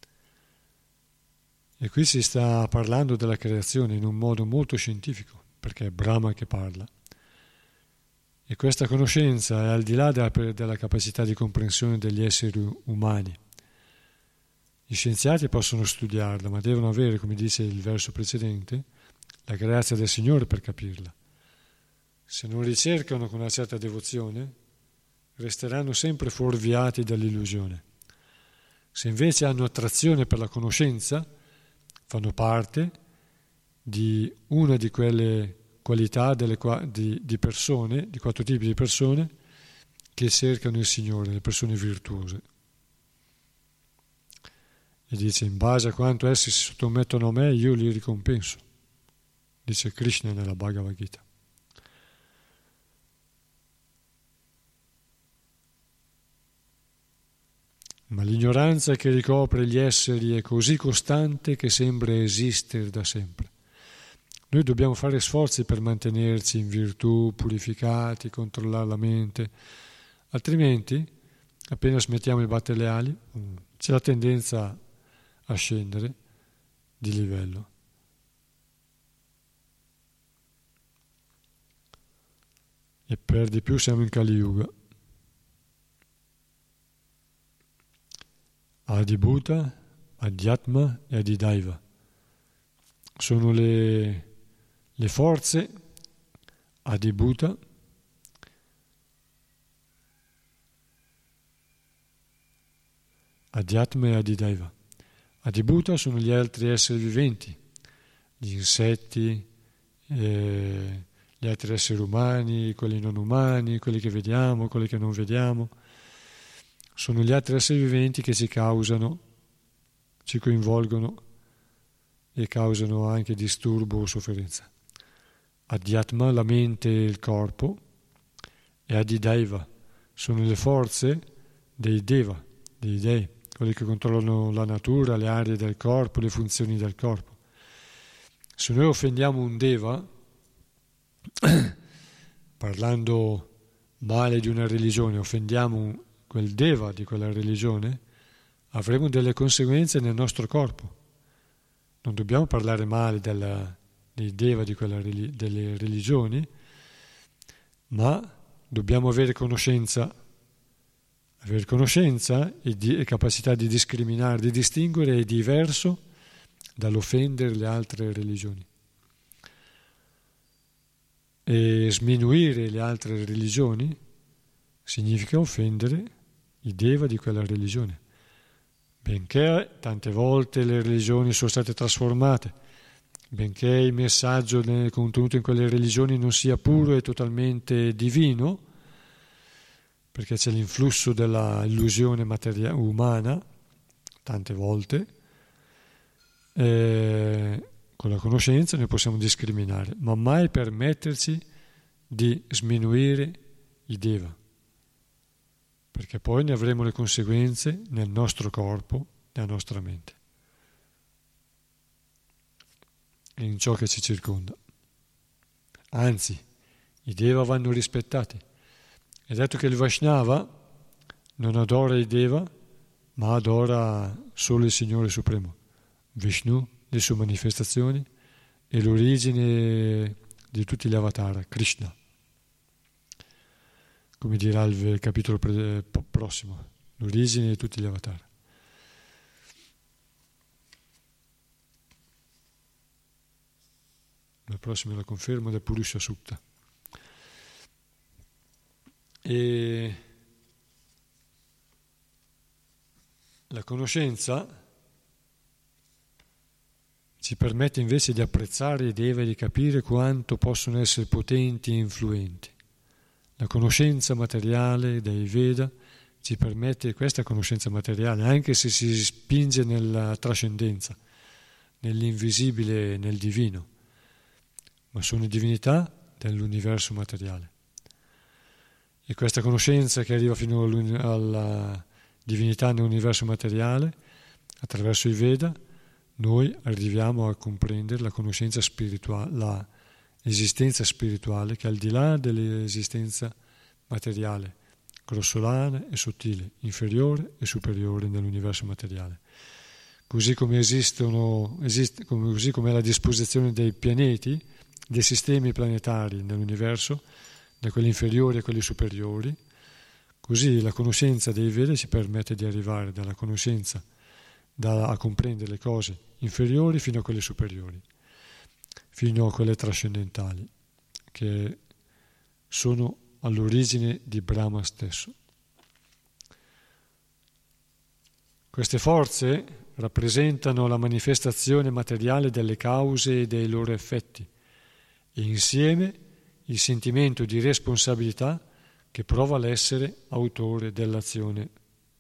E qui si sta parlando della creazione in un modo molto scientifico, perché è Brahma che parla. E questa conoscenza è al di là della capacità di comprensione degli esseri umani. Gli scienziati possono studiarla, ma devono avere, come dice il verso precedente, la grazia del Signore per capirla. Se non ricercano con una certa devozione, resteranno sempre fuorviati dall'illusione. Se invece hanno attrazione per la conoscenza, fanno parte di una di quelle qualità di persone, di 4 tipi di persone che cercano il Signore, le persone virtuose. E dice, in base a quanto essi si sottomettono a me, io li ricompenso, dice Krishna nella Bhagavad Gita. Ma l'ignoranza che ricopre gli esseri è così costante che sembra esistere da sempre. Noi dobbiamo fare sforzi per mantenerci in virtù, purificati, controllare la mente, altrimenti, appena smettiamo di battere le ali, c'è la tendenza a scendere di livello. E per di più siamo in Kali Yuga. Adibhuta, Adhyatma e Adidaiva sono le forze Adibhuta, Adhyatma e Adidaiva. Adibhuta sono gli altri esseri viventi, gli insetti, gli altri esseri umani, quelli non umani, quelli che vediamo, quelli che non vediamo. Sono gli altri esseri viventi che ci causano, ci coinvolgono e causano anche disturbo o sofferenza. Adhyatma, la mente e il corpo, e Adidaiva sono le forze dei Deva, dei Dei, quelli che controllano la natura, le aree del corpo, le funzioni del corpo. Se noi offendiamo un Deva, parlando male di una religione, offendiamo quel Deva di quella religione, avremo delle conseguenze nel nostro corpo. Non dobbiamo parlare male dei Deva delle religioni, ma dobbiamo avere conoscenza. Avere conoscenza e capacità di discriminare, di distinguere è diverso dall'offendere le altre religioni. E sminuire le altre religioni significa offendere i Deva di quella religione. Benché tante volte le religioni sono state trasformate, benché il messaggio contenuto in quelle religioni non sia puro e totalmente divino, perché c'è l'influsso della illusione umana, tante volte, con la conoscenza noi possiamo discriminare, ma mai permetterci di sminuire i Deva, perché poi ne avremo le conseguenze nel nostro corpo, nella nostra mente e in ciò che ci circonda. Anzi, i Deva vanno rispettati. È detto che il Vaishnava non adora i Deva, ma adora solo il Signore Supremo, Vishnu, le sue manifestazioni e l'origine di tutti gli avatar, Krishna, come dirà il capitolo prossimo, l'origine di tutti gli avatar. La prossima è la conferma del Purusha Sukta. E la conoscenza ci permette invece di apprezzare i Deva e di capire quanto possono essere potenti e influenti. La conoscenza materiale dei Veda ci permette questa conoscenza materiale, anche se si spinge nella trascendenza, nell'invisibile e nel divino, ma sono divinità dell'universo materiale. E questa conoscenza che arriva fino alla divinità nell'universo materiale, attraverso i Veda, noi arriviamo a comprendere la conoscenza spirituale, l'esistenza spirituale che è al di là dell'esistenza materiale, grossolana e sottile, inferiore e superiore nell'universo materiale. Così come così come la disposizione dei pianeti, dei sistemi planetari nell'universo, da quelli inferiori a quelli superiori, così la conoscenza dei Veda ci permette di arrivare dalla conoscenza a comprendere le cose inferiori fino a quelle superiori, fino a quelle trascendentali, che sono all'origine di Brahma stesso. Queste forze rappresentano la manifestazione materiale delle cause e dei loro effetti, e insieme il sentimento di responsabilità che prova l'essere autore dell'azione.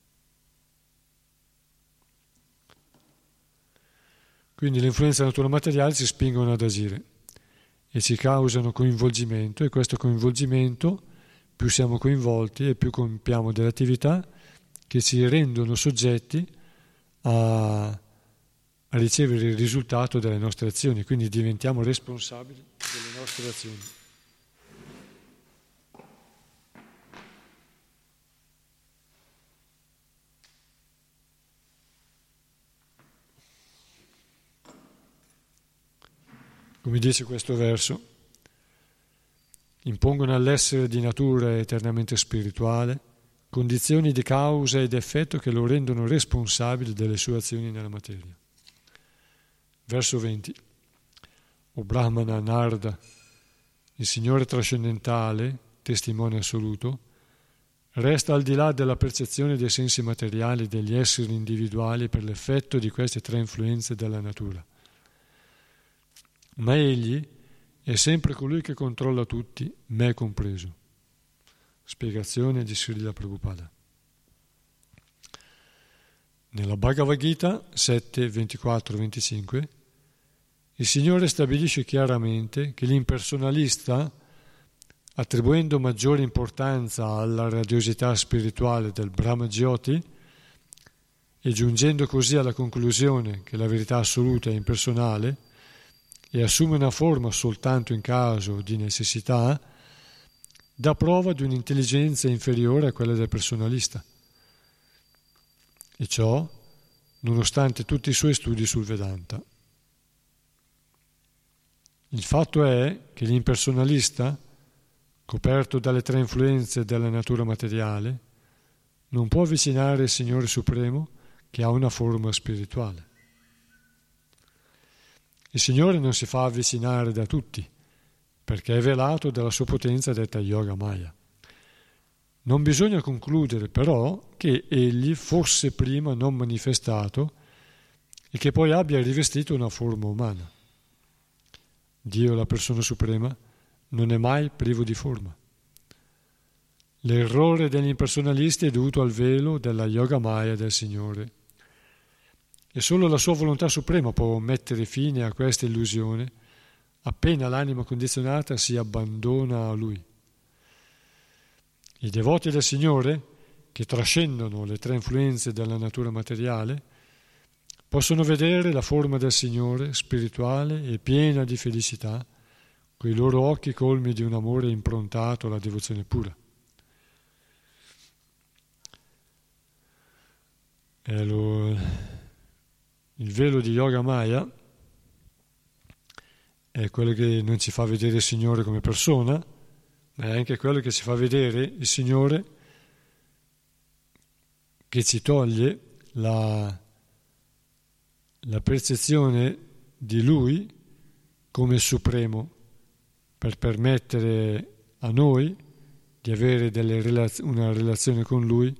Quindi le influenze della natura materiale ci spingono ad agire e ci causano coinvolgimento, e questo coinvolgimento, più siamo coinvolti e più compiamo delle attività che ci rendono soggetti a ricevere il risultato delle nostre azioni, quindi diventiamo responsabili delle nostre azioni. Come dice questo verso, impongono all'essere di natura eternamente spirituale condizioni di causa ed effetto che lo rendono responsabile delle sue azioni nella materia. Verso 20. O Brahmana Narada, il Signore trascendentale, testimone assoluto, resta al di là della percezione dei sensi materiali degli esseri individuali per l'effetto di queste tre influenze della natura. Ma egli è sempre colui che controlla tutti, me compreso. Spiegazione di Srila Prabhupada. Nella Bhagavad Gita 7, 24-25 il Signore stabilisce chiaramente che l'impersonalista, attribuendo maggiore importanza alla radiosità spirituale del Brahma Jyoti e giungendo così alla conclusione che la verità assoluta è impersonale e assume una forma soltanto in caso di necessità, dà prova di un'intelligenza inferiore a quella del personalista, e ciò nonostante tutti i suoi studi sul Vedanta. Il fatto è che l'impersonalista, coperto dalle tre influenze della natura materiale, non può avvicinare il Signore Supremo che ha una forma spirituale. Il Signore non si fa avvicinare da tutti, perché è velato dalla sua potenza detta Yoga Maya. Non bisogna concludere però che egli fosse prima non manifestato e che poi abbia rivestito una forma umana. Dio, la persona suprema, non è mai privo di forma. L'errore degli impersonalisti è dovuto al velo della Yoga Maya del Signore. E solo la sua volontà suprema può mettere fine a questa illusione appena l'anima condizionata si abbandona a Lui. I devoti del Signore, che trascendono le tre influenze della natura materiale, possono vedere la forma del Signore spirituale e piena di felicità, coi loro occhi colmi di un amore improntato alla devozione pura. Il velo di Yoga Maya è quello che non ci fa vedere il Signore come persona, ma è anche quello che ci fa vedere il Signore, che ci toglie la percezione di Lui come supremo, per permettere a noi di avere una relazione con Lui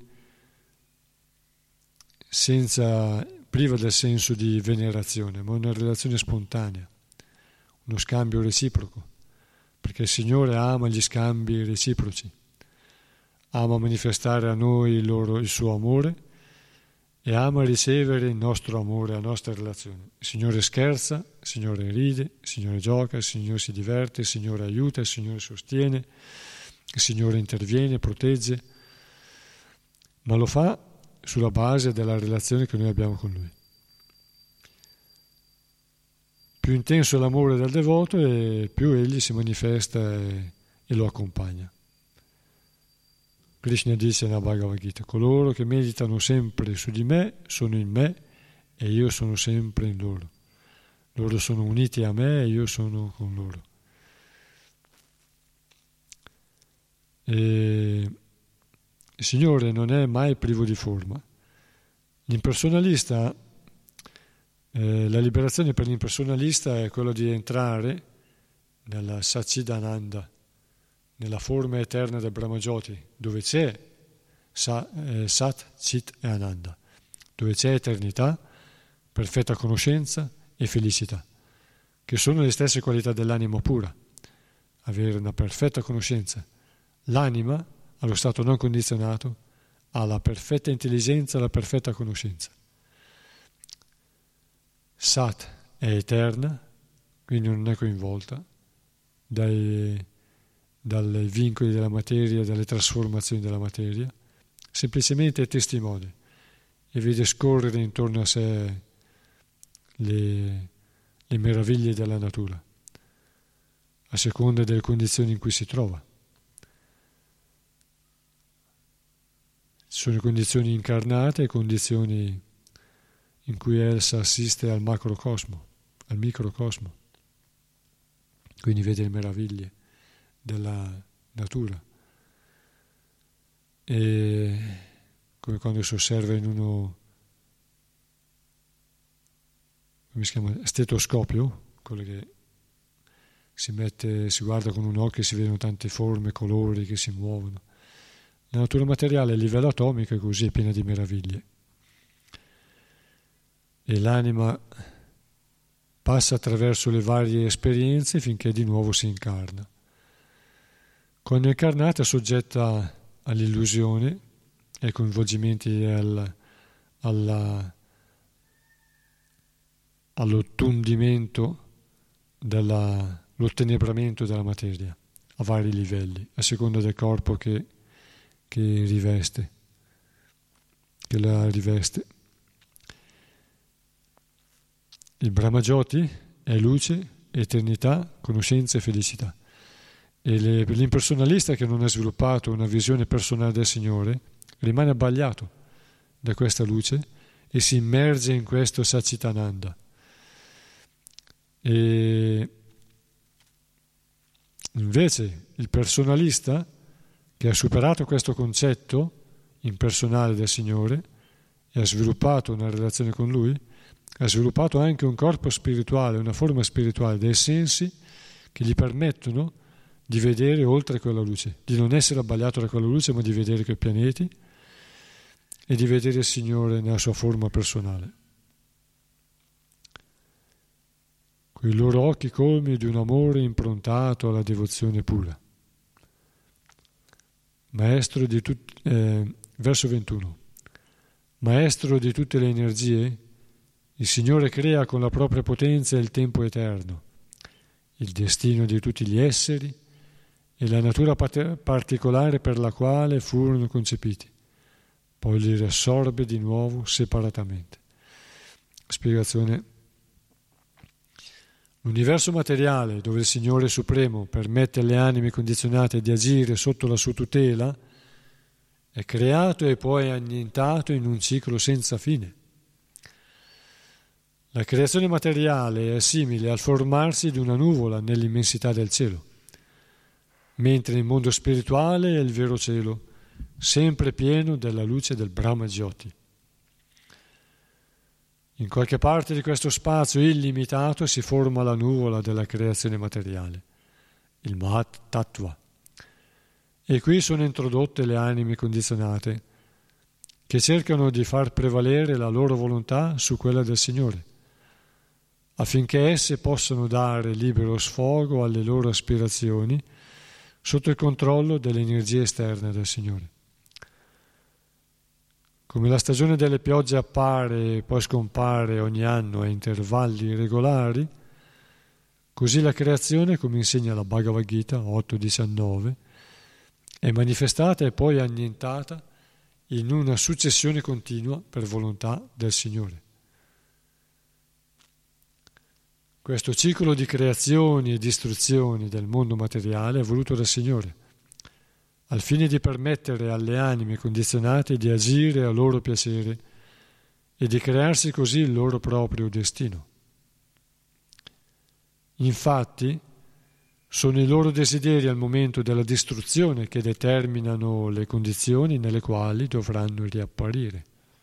priva del senso di venerazione, ma una relazione spontanea, uno scambio reciproco, perché il Signore ama gli scambi reciproci, ama manifestare a noi il suo amore e ama ricevere il nostro amore, la nostra relazione. Il Signore scherza, il Signore ride, il Signore gioca, il Signore si diverte, il Signore aiuta, il Signore sostiene, il Signore interviene, protegge, ma lo fa sulla base della relazione che noi abbiamo con Lui. Più intenso è l'amore del devoto e più egli si manifesta e lo accompagna. Krishna dice nella Bhagavad Gita: coloro che meditano sempre su di me sono in me e io sono sempre in loro. Loro sono uniti a me e io sono con loro. E il Signore non è mai privo di forma. L'impersonalista, la liberazione per l'impersonalista è quella di entrare nella Satchidananda, nella forma eterna del Brahmajyoti, dove c'è Sat, Chit e Ananda, dove c'è eternità, perfetta conoscenza e felicità, che sono le stesse qualità dell'anima pura. Avere una perfetta conoscenza. L'anima, allo stato non condizionato, ha la perfetta intelligenza e la perfetta conoscenza. Sat è eterna, quindi non è coinvolta dai vincoli della materia, dalle trasformazioni della materia, semplicemente è testimone e vede scorrere intorno a sé le meraviglie della natura, a seconda delle condizioni in cui si trova. Ci sono condizioni incarnate e condizioni in cui Elsa assiste al macrocosmo, al microcosmo, quindi vede le meraviglie della natura. E come quando si osserva in uno, come si chiama, stetoscopio, quello che si guarda con un occhio e si vedono tante forme, colori che si muovono. La natura materiale a livello atomico è così, è piena di meraviglie. E l'anima passa attraverso le varie esperienze finché di nuovo si incarna. Quando è incarnata è soggetta all'illusione, ai coinvolgimenti all'ottundimento, l'ottenebramento della materia a vari livelli, a seconda del corpo che la riveste. Il Brahmajyoti è luce, eternità, conoscenza e felicità. E l'impersonalista che non ha sviluppato una visione personale del Signore rimane abbagliato da questa luce e si immerge in questo Satchitananda. E invece il personalista che ha superato questo concetto impersonale del Signore e ha sviluppato una relazione con Lui, ha sviluppato anche un corpo spirituale, una forma spirituale, dei sensi che gli permettono di vedere oltre quella luce, di non essere abbagliato da quella luce, ma di vedere quei pianeti e di vedere il Signore nella sua forma personale. Con i loro occhi colmi di un amore improntato alla devozione pura. Maestro di verso 21. Maestro di tutte le energie, il Signore crea con la propria potenza il tempo eterno, il destino di tutti gli esseri e la natura particolare per la quale furono concepiti, poi li riassorbe di nuovo separatamente. Spiegazione. L'universo materiale, dove il Signore Supremo permette alle anime condizionate di agire sotto la sua tutela, è creato e poi annientato in un ciclo senza fine. La creazione materiale è simile al formarsi di una nuvola nell'immensità del cielo, mentre il mondo spirituale è il vero cielo, sempre pieno della luce del Brahmajyoti. In qualche parte di questo spazio illimitato si forma la nuvola della creazione materiale, il Mahat Tattva. E qui sono introdotte le anime condizionate, che cercano di far prevalere la loro volontà su quella del Signore, affinché esse possano dare libero sfogo alle loro aspirazioni sotto il controllo dell'energia esterna del Signore. Come la stagione delle piogge appare e poi scompare ogni anno a intervalli regolari, così la creazione, come insegna la Bhagavad Gita 8.19, è manifestata e poi annientata in una successione continua per volontà del Signore. Questo ciclo di creazioni e distruzioni del mondo materiale è voluto dal Signore, al fine di permettere alle anime condizionate di agire a loro piacere e di crearsi così il loro proprio destino. Infatti, sono i loro desideri al momento della distruzione che determinano le condizioni nelle quali dovranno riapparire.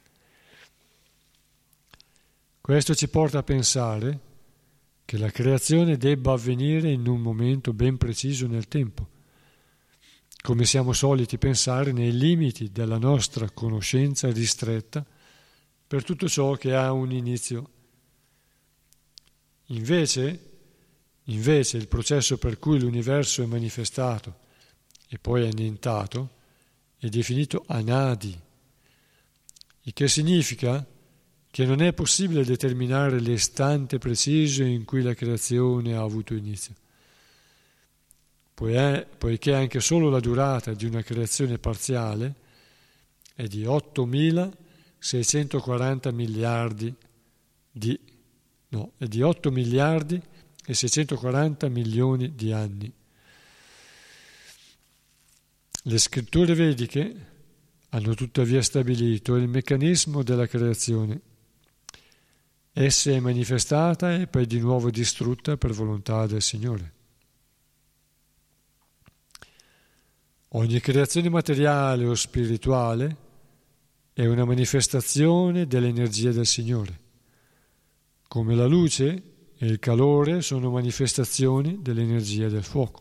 Questo ci porta a pensare che la creazione debba avvenire in un momento ben preciso nel tempo, come siamo soliti pensare nei limiti della nostra conoscenza ristretta per tutto ciò che ha un inizio. Invece il processo per cui l'universo è manifestato e poi annientato è definito anadi, il che significa che non è possibile determinare l'istante preciso in cui la creazione ha avuto inizio, poiché anche solo la durata di una creazione parziale è di 8.640 miliardi è di 8 miliardi e 640 milioni di anni. Le scritture vediche hanno tuttavia stabilito il meccanismo della creazione. Essa è manifestata e poi di nuovo distrutta per volontà del Signore. Ogni creazione materiale o spirituale è una manifestazione dell'energia del Signore, come la luce e il calore sono manifestazioni dell'energia del fuoco.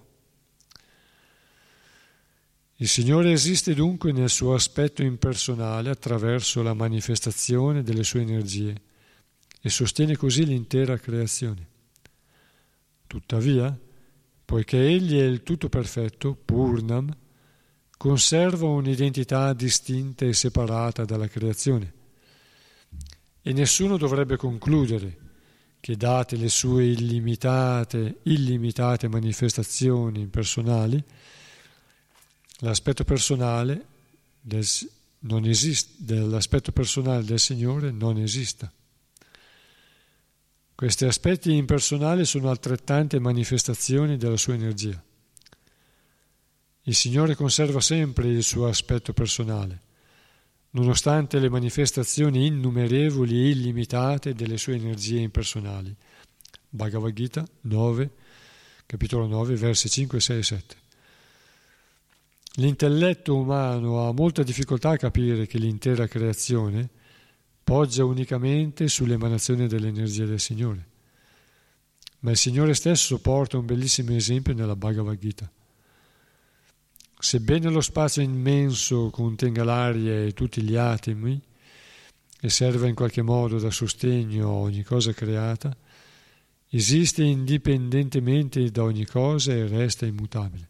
Il Signore esiste dunque nel suo aspetto impersonale attraverso la manifestazione delle sue energie e sostiene così l'intera creazione. Tuttavia, poiché Egli è il tutto perfetto, Purnam, conserva un'identità distinta e separata dalla creazione e nessuno dovrebbe concludere che, date le sue illimitate manifestazioni impersonali, l'aspetto personale dell'aspetto personale del Signore non esista. Questi aspetti impersonali sono altrettante manifestazioni della sua energia. Il Signore conserva sempre il suo aspetto personale, nonostante le manifestazioni innumerevoli e illimitate delle sue energie impersonali. Bhagavad Gita 9, capitolo 9, versi 5, 6 e 7. L'intelletto umano ha molta difficoltà a capire che l'intera creazione poggia unicamente sull'emanazione dell'energia del Signore. Ma il Signore stesso porta un bellissimo esempio nella Bhagavad Gita. Sebbene lo spazio immenso contenga l'aria e tutti gli atomi e serva in qualche modo da sostegno a ogni cosa creata, esiste indipendentemente da ogni cosa e resta immutabile.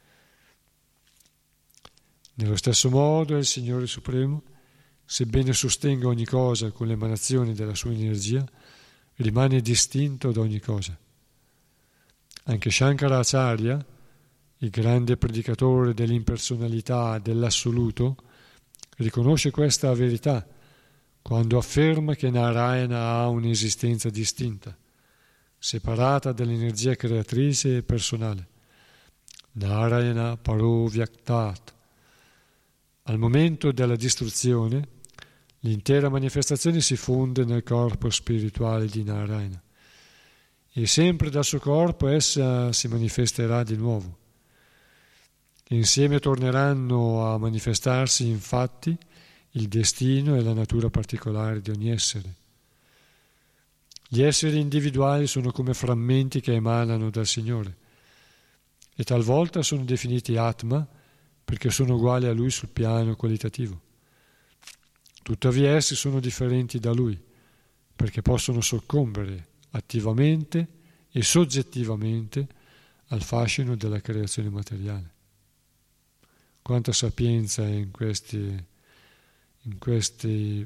Nello stesso modo il Signore Supremo, sebbene sostenga ogni cosa con l'emanazione della sua energia, rimane distinto da ogni cosa. Anche Shankaracharya, il grande predicatore dell'impersonalità dell'assoluto, riconosce questa verità quando afferma che Narayana ha un'esistenza distinta, separata dall'energia creatrice e personale. Narayana Paro Vyaktat. Al momento della distruzione, l'intera manifestazione si fonde nel corpo spirituale di Narayana e sempre dal suo corpo essa si manifesterà di nuovo. Insieme torneranno a manifestarsi infatti il destino e la natura particolare di ogni essere. Gli esseri individuali sono come frammenti che emanano dal Signore e talvolta sono definiti Atma perché sono uguali a Lui sul piano qualitativo. Tuttavia essi sono differenti da Lui perché possono soccombere attivamente e soggettivamente al fascino della creazione materiale. Quanta sapienza in in queste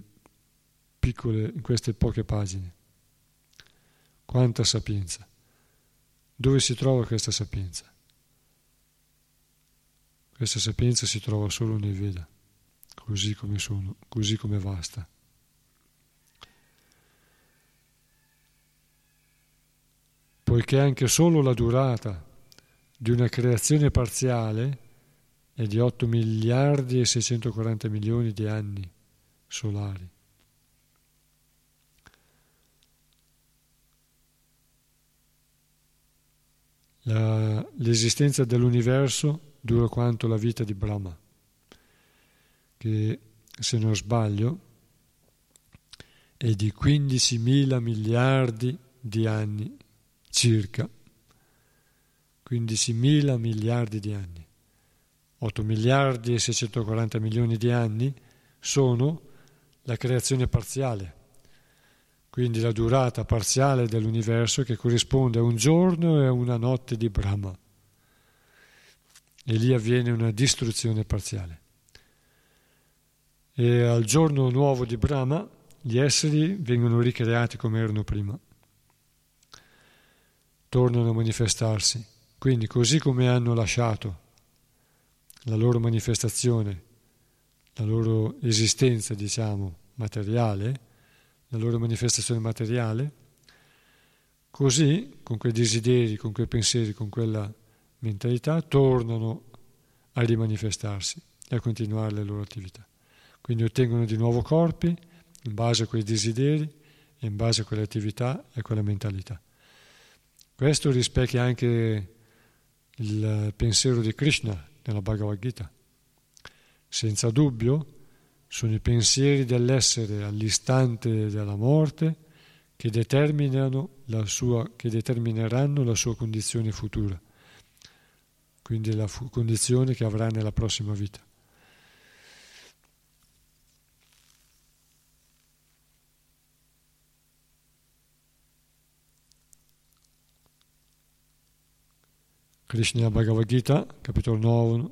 poche pagine. Quanta sapienza! Dove si trova questa sapienza? Questa sapienza si trova solo nei Veda, così come sono, così come vasta. Poiché anche solo la durata di una creazione parziale è di 8 miliardi e 640 milioni di anni solari. L'esistenza dell'universo dura quanto la vita di Brahma, che, se non sbaglio, è di 15.000 miliardi di anni circa. 15.000 miliardi di anni. 8 miliardi e 640 milioni di anni sono la creazione parziale, quindi la durata parziale dell'universo, che corrisponde a un giorno e a una notte di Brahma. E lì avviene una distruzione parziale. E al giorno nuovo di Brahma gli esseri vengono ricreati come erano prima, tornano a manifestarsi. Quindi, così come hanno lasciato la loro manifestazione, la loro esistenza, diciamo, materiale, la loro manifestazione materiale, così, con quei desideri, con quei pensieri, con quella mentalità, tornano a rimanifestarsi e a continuare le loro attività. Quindi ottengono di nuovo corpi in base a quei desideri e in base a quelle attività e a quella mentalità. Questo rispecchia anche il pensiero di Krishna nella Bhagavad Gita. Senza dubbio sono i pensieri dell'essere all'istante della morte che determineranno la sua condizione futura, quindi la condizione che avrà nella prossima vita. Krishna Bhagavad Gita, capitolo 9.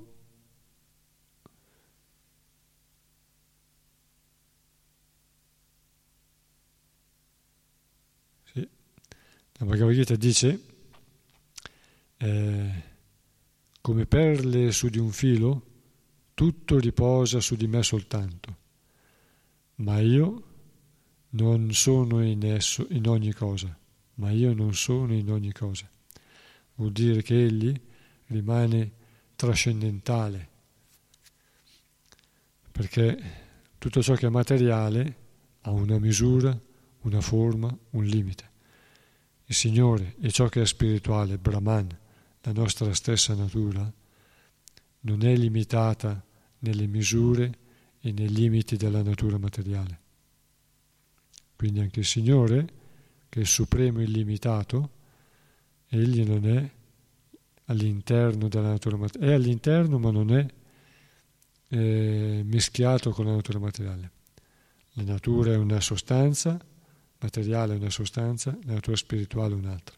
Sì. La Bhagavad Gita dice come perle su di un filo, tutto riposa su di me soltanto, ma io non sono in esso, in ogni cosa, ma io non sono in ogni cosa. Vuol dire che egli rimane trascendentale, perché tutto ciò che è materiale ha una misura, una forma, un limite. Il Signore e ciò che è spirituale, Brahman, la nostra stessa natura, non è limitata nelle misure e nei limiti della natura materiale. Quindi anche il Signore, che è il supremo illimitato, egli non è all'interno della natura materiale, è all'interno ma non è mischiato con la natura materiale. La natura è una sostanza, materiale è una sostanza, la natura spirituale è un'altra.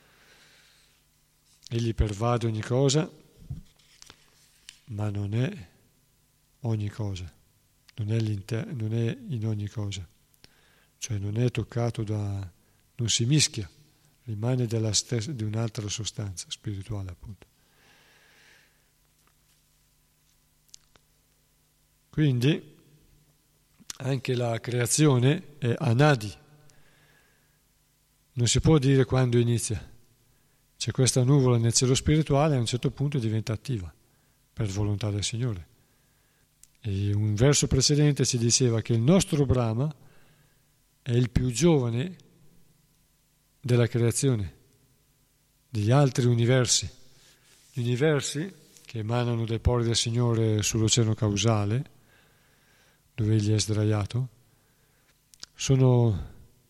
Egli pervade ogni cosa, ma non è ogni cosa, non è in ogni cosa, cioè non è toccato non si mischia, rimane di un'altra sostanza spirituale, appunto. Quindi anche la creazione è anadi, non si può dire quando inizia. C'è questa nuvola nel cielo spirituale e a un certo punto diventa attiva per volontà del Signore. E un verso precedente ci diceva che il nostro Brahma è il più giovane della creazione, degli altri universi. Gli universi che emanano dai pori del Signore sull'oceano causale, dove egli è sdraiato, sono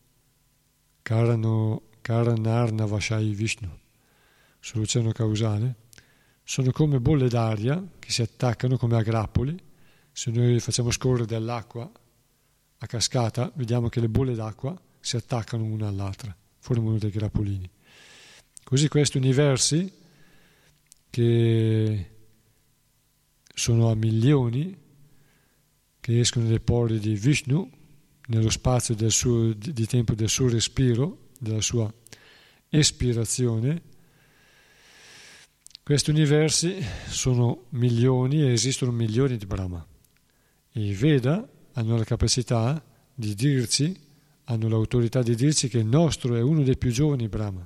Karanarna Vashai Vishnu, sull'oceano causale, sono come bolle d'aria che si attaccano come a grappoli. Se noi facciamo scorrere dell'acqua a cascata, vediamo che le bolle d'acqua si attaccano una all'altra, formano dei grappolini. Così questi universi, che sono a milioni, che escono dai pori di Vishnu nello spazio di tempo del suo respiro, della sua espirazione. Questi universi sono milioni e esistono milioni di Brahma. I Veda hanno la capacità di dirci, hanno l'autorità di dirci che il nostro è uno dei più giovani Brahma.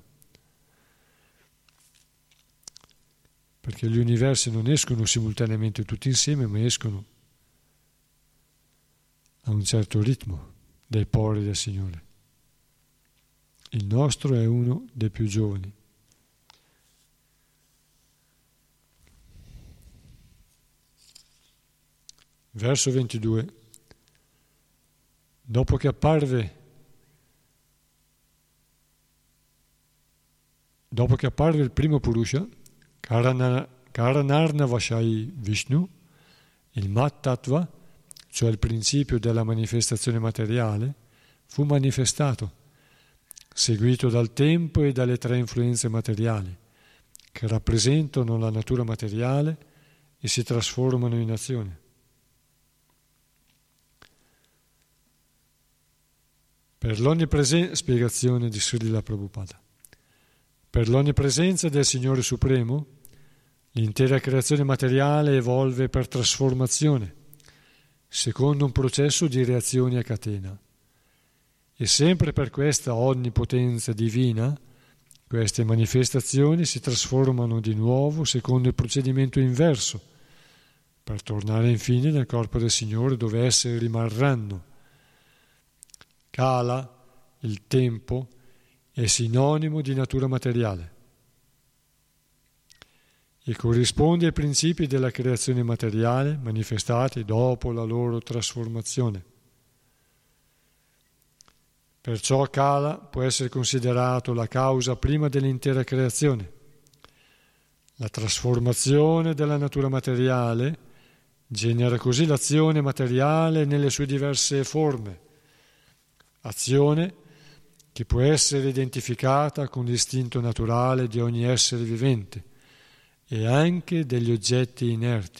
Perché gli universi non escono simultaneamente tutti insieme, ma escono a un certo ritmo dai pori del Signore. Il nostro è uno dei più giovani. Verso 22. Dopo che apparve il primo Purusha, Karanarnavashai Vishnu, il Mat-Tattva, cioè il principio della manifestazione materiale, fu manifestato, seguito dal tempo e dalle tre influenze materiali, che rappresentano la natura materiale e si trasformano in azione. Per l'onnipresenza, spiegazione di Srila Prabhupada. Per l'onnipresenza del Signore Supremo, l'intera creazione materiale evolve per trasformazione, secondo un processo di reazioni a catena. E sempre per questa onnipotenza divina, queste manifestazioni si trasformano di nuovo secondo il procedimento inverso, per tornare infine nel corpo del Signore dove esse rimarranno. Kala, il tempo, è sinonimo di natura materiale e corrisponde ai principi della creazione materiale manifestati dopo la loro trasformazione. Perciò Kala può essere considerato la causa prima dell'intera creazione. La trasformazione della natura materiale genera così l'azione materiale nelle sue diverse forme, azione che può essere identificata con l'istinto naturale di ogni essere vivente e anche degli oggetti inerti.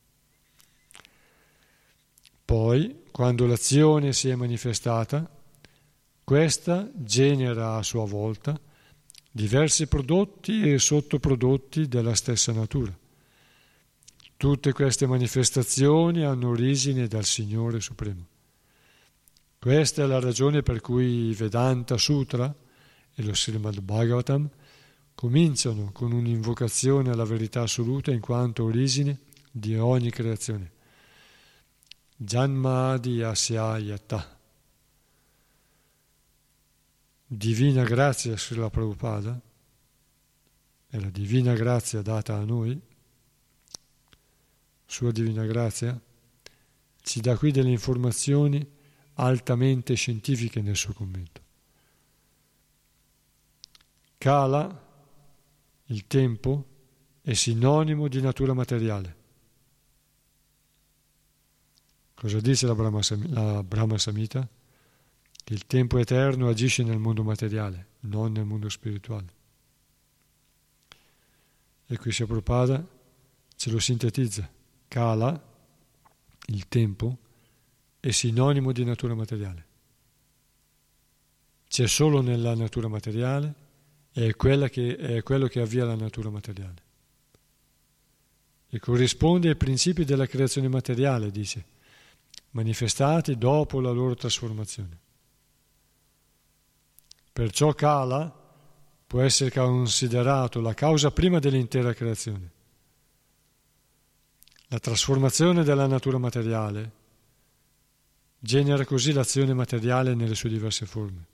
Poi, quando l'azione si è manifestata, questa genera a sua volta diversi prodotti e sottoprodotti della stessa natura. Tutte queste manifestazioni hanno origine dal Signore Supremo. Questa è la ragione per cui i Vedanta Sutra e lo Srimad Bhagavatam cominciano con un'invocazione alla verità assoluta in quanto origine di ogni creazione. Janmadi asya yata. Divina grazia Srila Prabhupada, è la divina grazia data a noi, sua divina grazia, ci dà qui delle informazioni altamente scientifiche nel suo commento. Kala, il tempo, è sinonimo di natura materiale. Cosa dice la Brahma Samhita? Che il tempo eterno agisce nel mondo materiale, non nel mondo spirituale. E qui Srila Prabhupada ce lo sintetizza. Kala, il tempo, è sinonimo di natura materiale. C'è solo nella natura materiale e è quello che avvia la natura materiale. E corrisponde ai principi della creazione materiale, dice, manifestati dopo la loro trasformazione. Perciò Kala può essere considerato la causa prima dell'intera creazione. La trasformazione della natura materiale genera così l'azione materiale nelle sue diverse forme.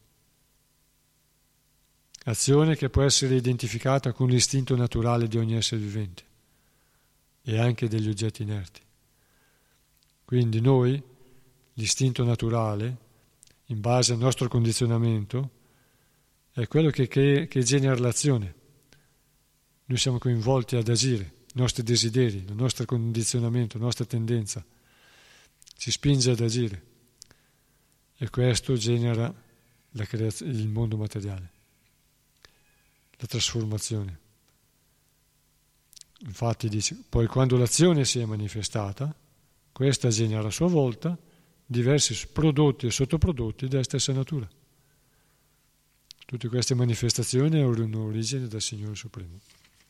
Azione che può essere identificata con l'istinto naturale di ogni essere vivente e anche degli oggetti inerti. Quindi noi, l'istinto naturale, in base al nostro condizionamento, è quello che genera l'azione. Noi siamo coinvolti ad agire, i nostri desideri, il nostro condizionamento, la nostra tendenza ci spinge ad agire e questo genera il mondo materiale, la trasformazione. Infatti dice, poi quando l'azione si è manifestata, questa genera a sua volta diversi prodotti e sottoprodotti della stessa natura. Tutte queste manifestazioni hanno origine dal Signore Supremo.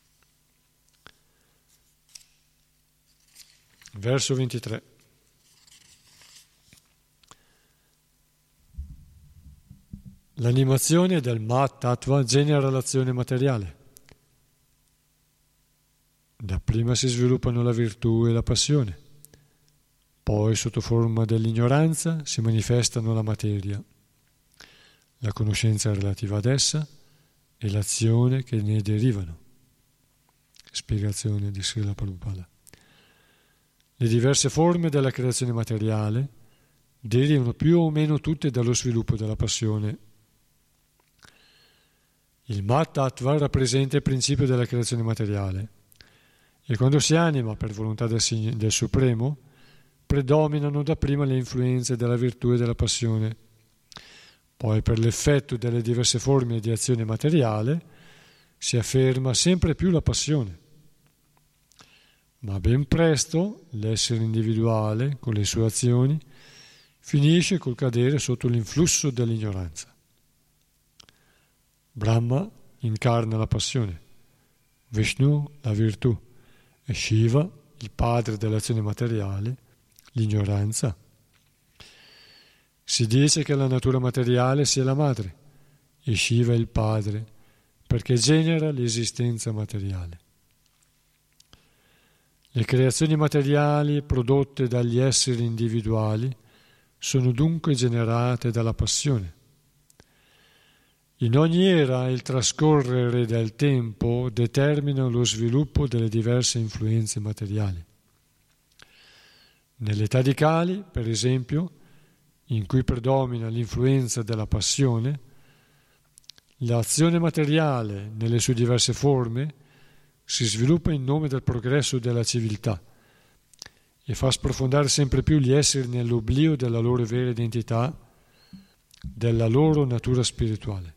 Verso 23. L'animazione del Mat Tattva genera l'azione materiale. Dapprima si sviluppano la virtù e la passione, poi sotto forma dell'ignoranza si manifestano la materia, la conoscenza relativa ad essa e l'azione che ne derivano. Spiegazione di Srila Prabhupada. Le diverse forme della creazione materiale derivano più o meno tutte dallo sviluppo della passione. Il Mat Tattva rappresenta il principio della creazione materiale e quando si anima per volontà del Supremo predominano dapprima le influenze della virtù e della passione. Poi per l'effetto delle diverse forme di azione materiale si afferma sempre più la passione. Ma ben presto l'essere individuale, con le sue azioni, finisce col cadere sotto l'influsso dell'ignoranza. Brahma incarna la passione, Vishnu la virtù e Shiva, il padre dell'azione materiale, l'ignoranza. Si dice che la natura materiale sia la madre e Shiva è il padre perché genera l'esistenza materiale. Le creazioni materiali prodotte dagli esseri individuali sono dunque generate dalla passione. In ogni era il trascorrere del tempo determina lo sviluppo delle diverse influenze materiali. Nell'età di Kali, per esempio, in cui predomina l'influenza della passione, l'azione materiale nelle sue diverse forme si sviluppa in nome del progresso della civiltà e fa sprofondare sempre più gli esseri nell'oblio della loro vera identità, della loro natura spirituale.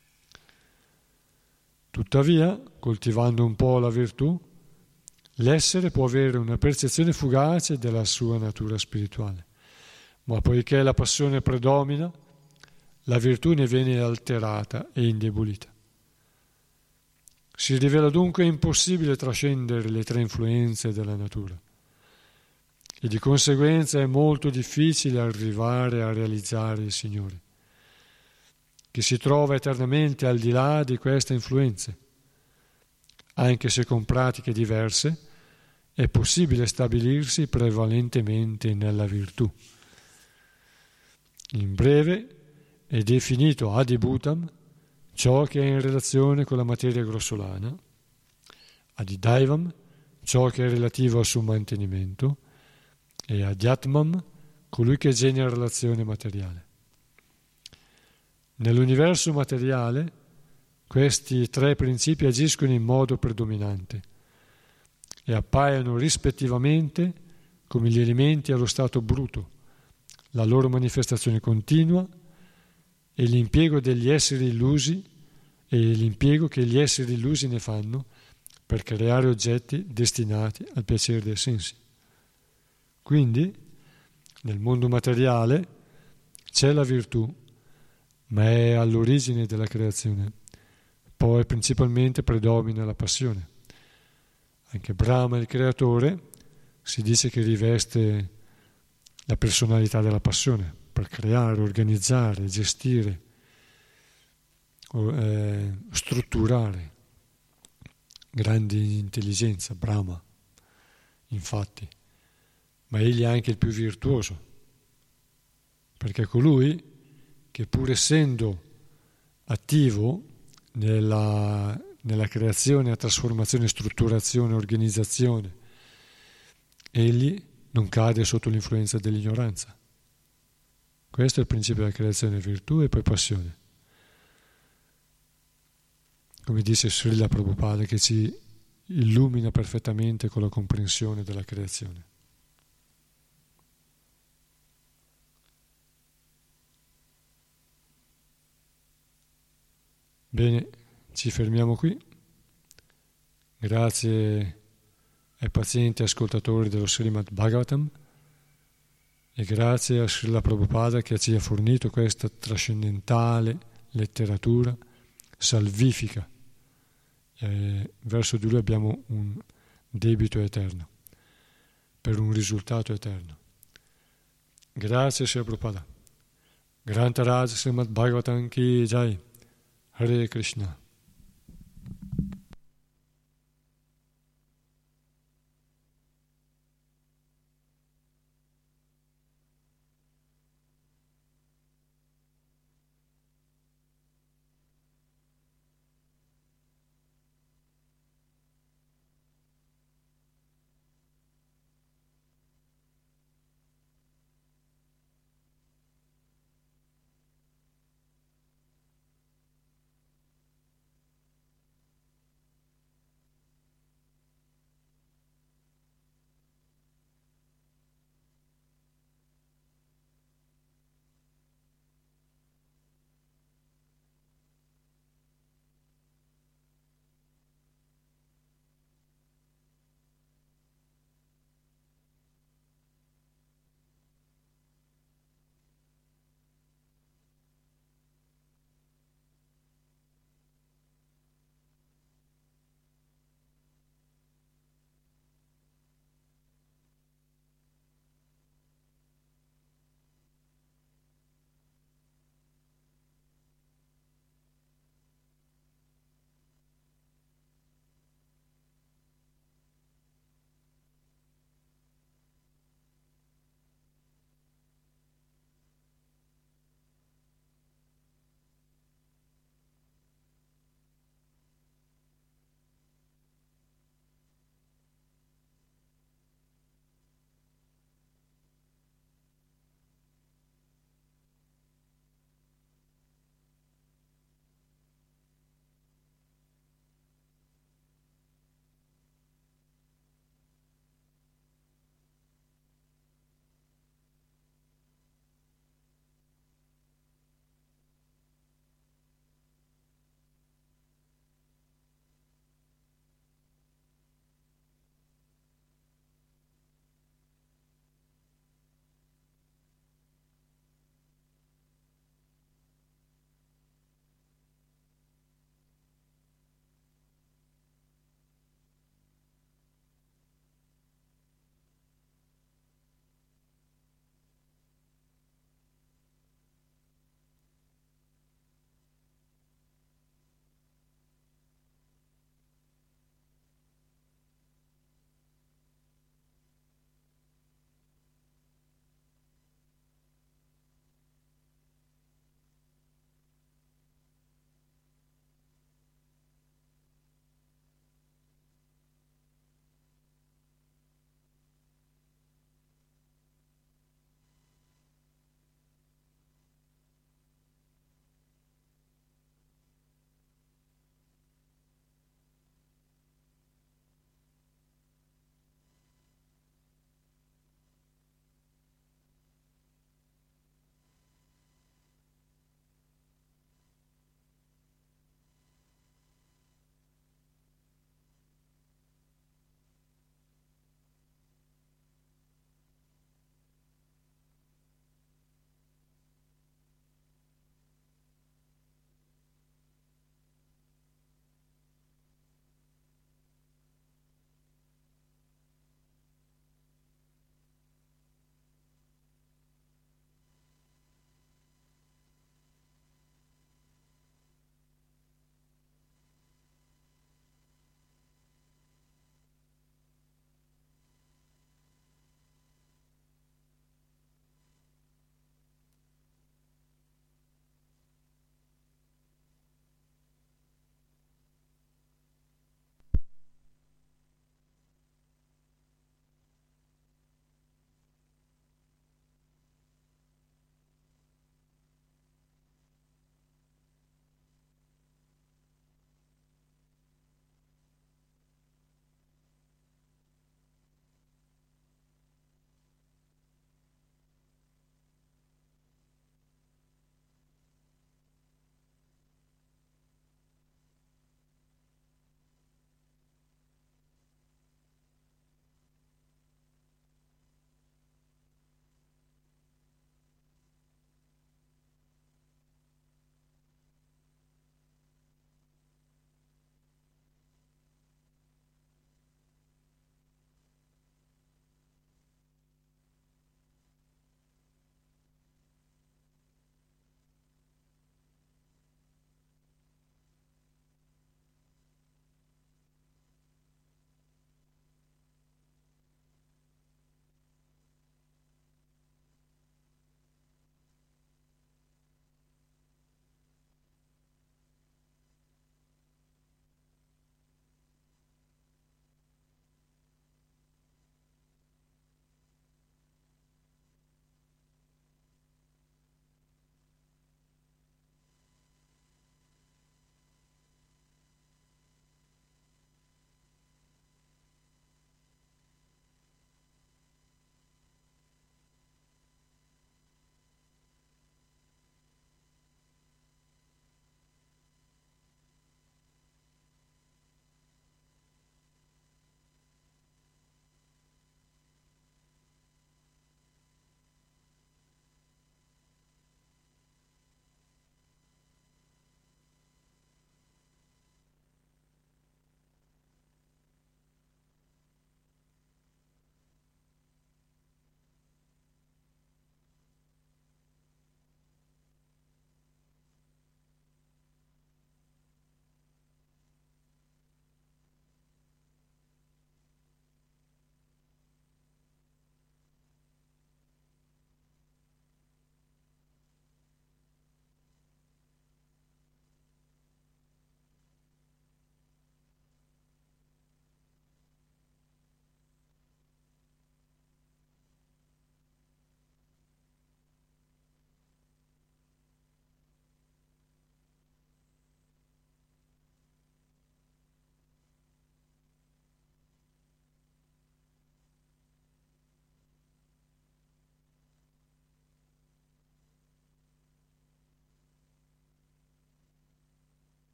Tuttavia, coltivando un po' la virtù, l'essere può avere una percezione fugace della sua natura spirituale, ma poiché la passione predomina, la virtù ne viene alterata e indebolita. Si rivela dunque impossibile trascendere le tre influenze della natura e di conseguenza è molto difficile arrivare a realizzare il Signore, che si trova eternamente al di là di queste influenze. Anche se con pratiche diverse, è possibile stabilirsi prevalentemente nella virtù. In breve, è definito adibhutam ciò che è in relazione con la materia grossolana, adidaivam ciò che è relativo al suo mantenimento e adhyatmam colui che genera l'azione materiale. Nell'universo materiale questi tre principi agiscono in modo predominante e appaiono rispettivamente come gli elementi allo stato bruto, la loro manifestazione continua e l'impiego degli esseri illusi e l'impiego che gli esseri illusi ne fanno per creare oggetti destinati al piacere dei sensi. Quindi, nel mondo materiale c'è la virtù, ma è all'origine della creazione. Poi principalmente predomina la passione. Anche Brahma, il creatore, si dice che riveste la personalità della passione per creare, organizzare, gestire, strutturare. Grande intelligenza, Brahma, infatti. Ma egli è anche il più virtuoso, perché colui che pur essendo attivo nella creazione, la trasformazione, strutturazione, organizzazione, egli non cade sotto l'influenza dell'ignoranza. Questo è il principio della creazione, virtù e poi passione. Come dice Srila Prabhupada, che ci illumina perfettamente con la comprensione della creazione. Bene, ci fermiamo qui. Grazie ai pazienti ascoltatori dello Srimad Bhagavatam E grazie a Srila Prabhupada che ci ha fornito questa trascendentale letteratura salvifica. Verso di lui abbiamo un debito eterno, per un risultato eterno. Grazie Srila Prabhupada. Grantaraj Srimad Bhagavatam ki jai. Hare Krishna.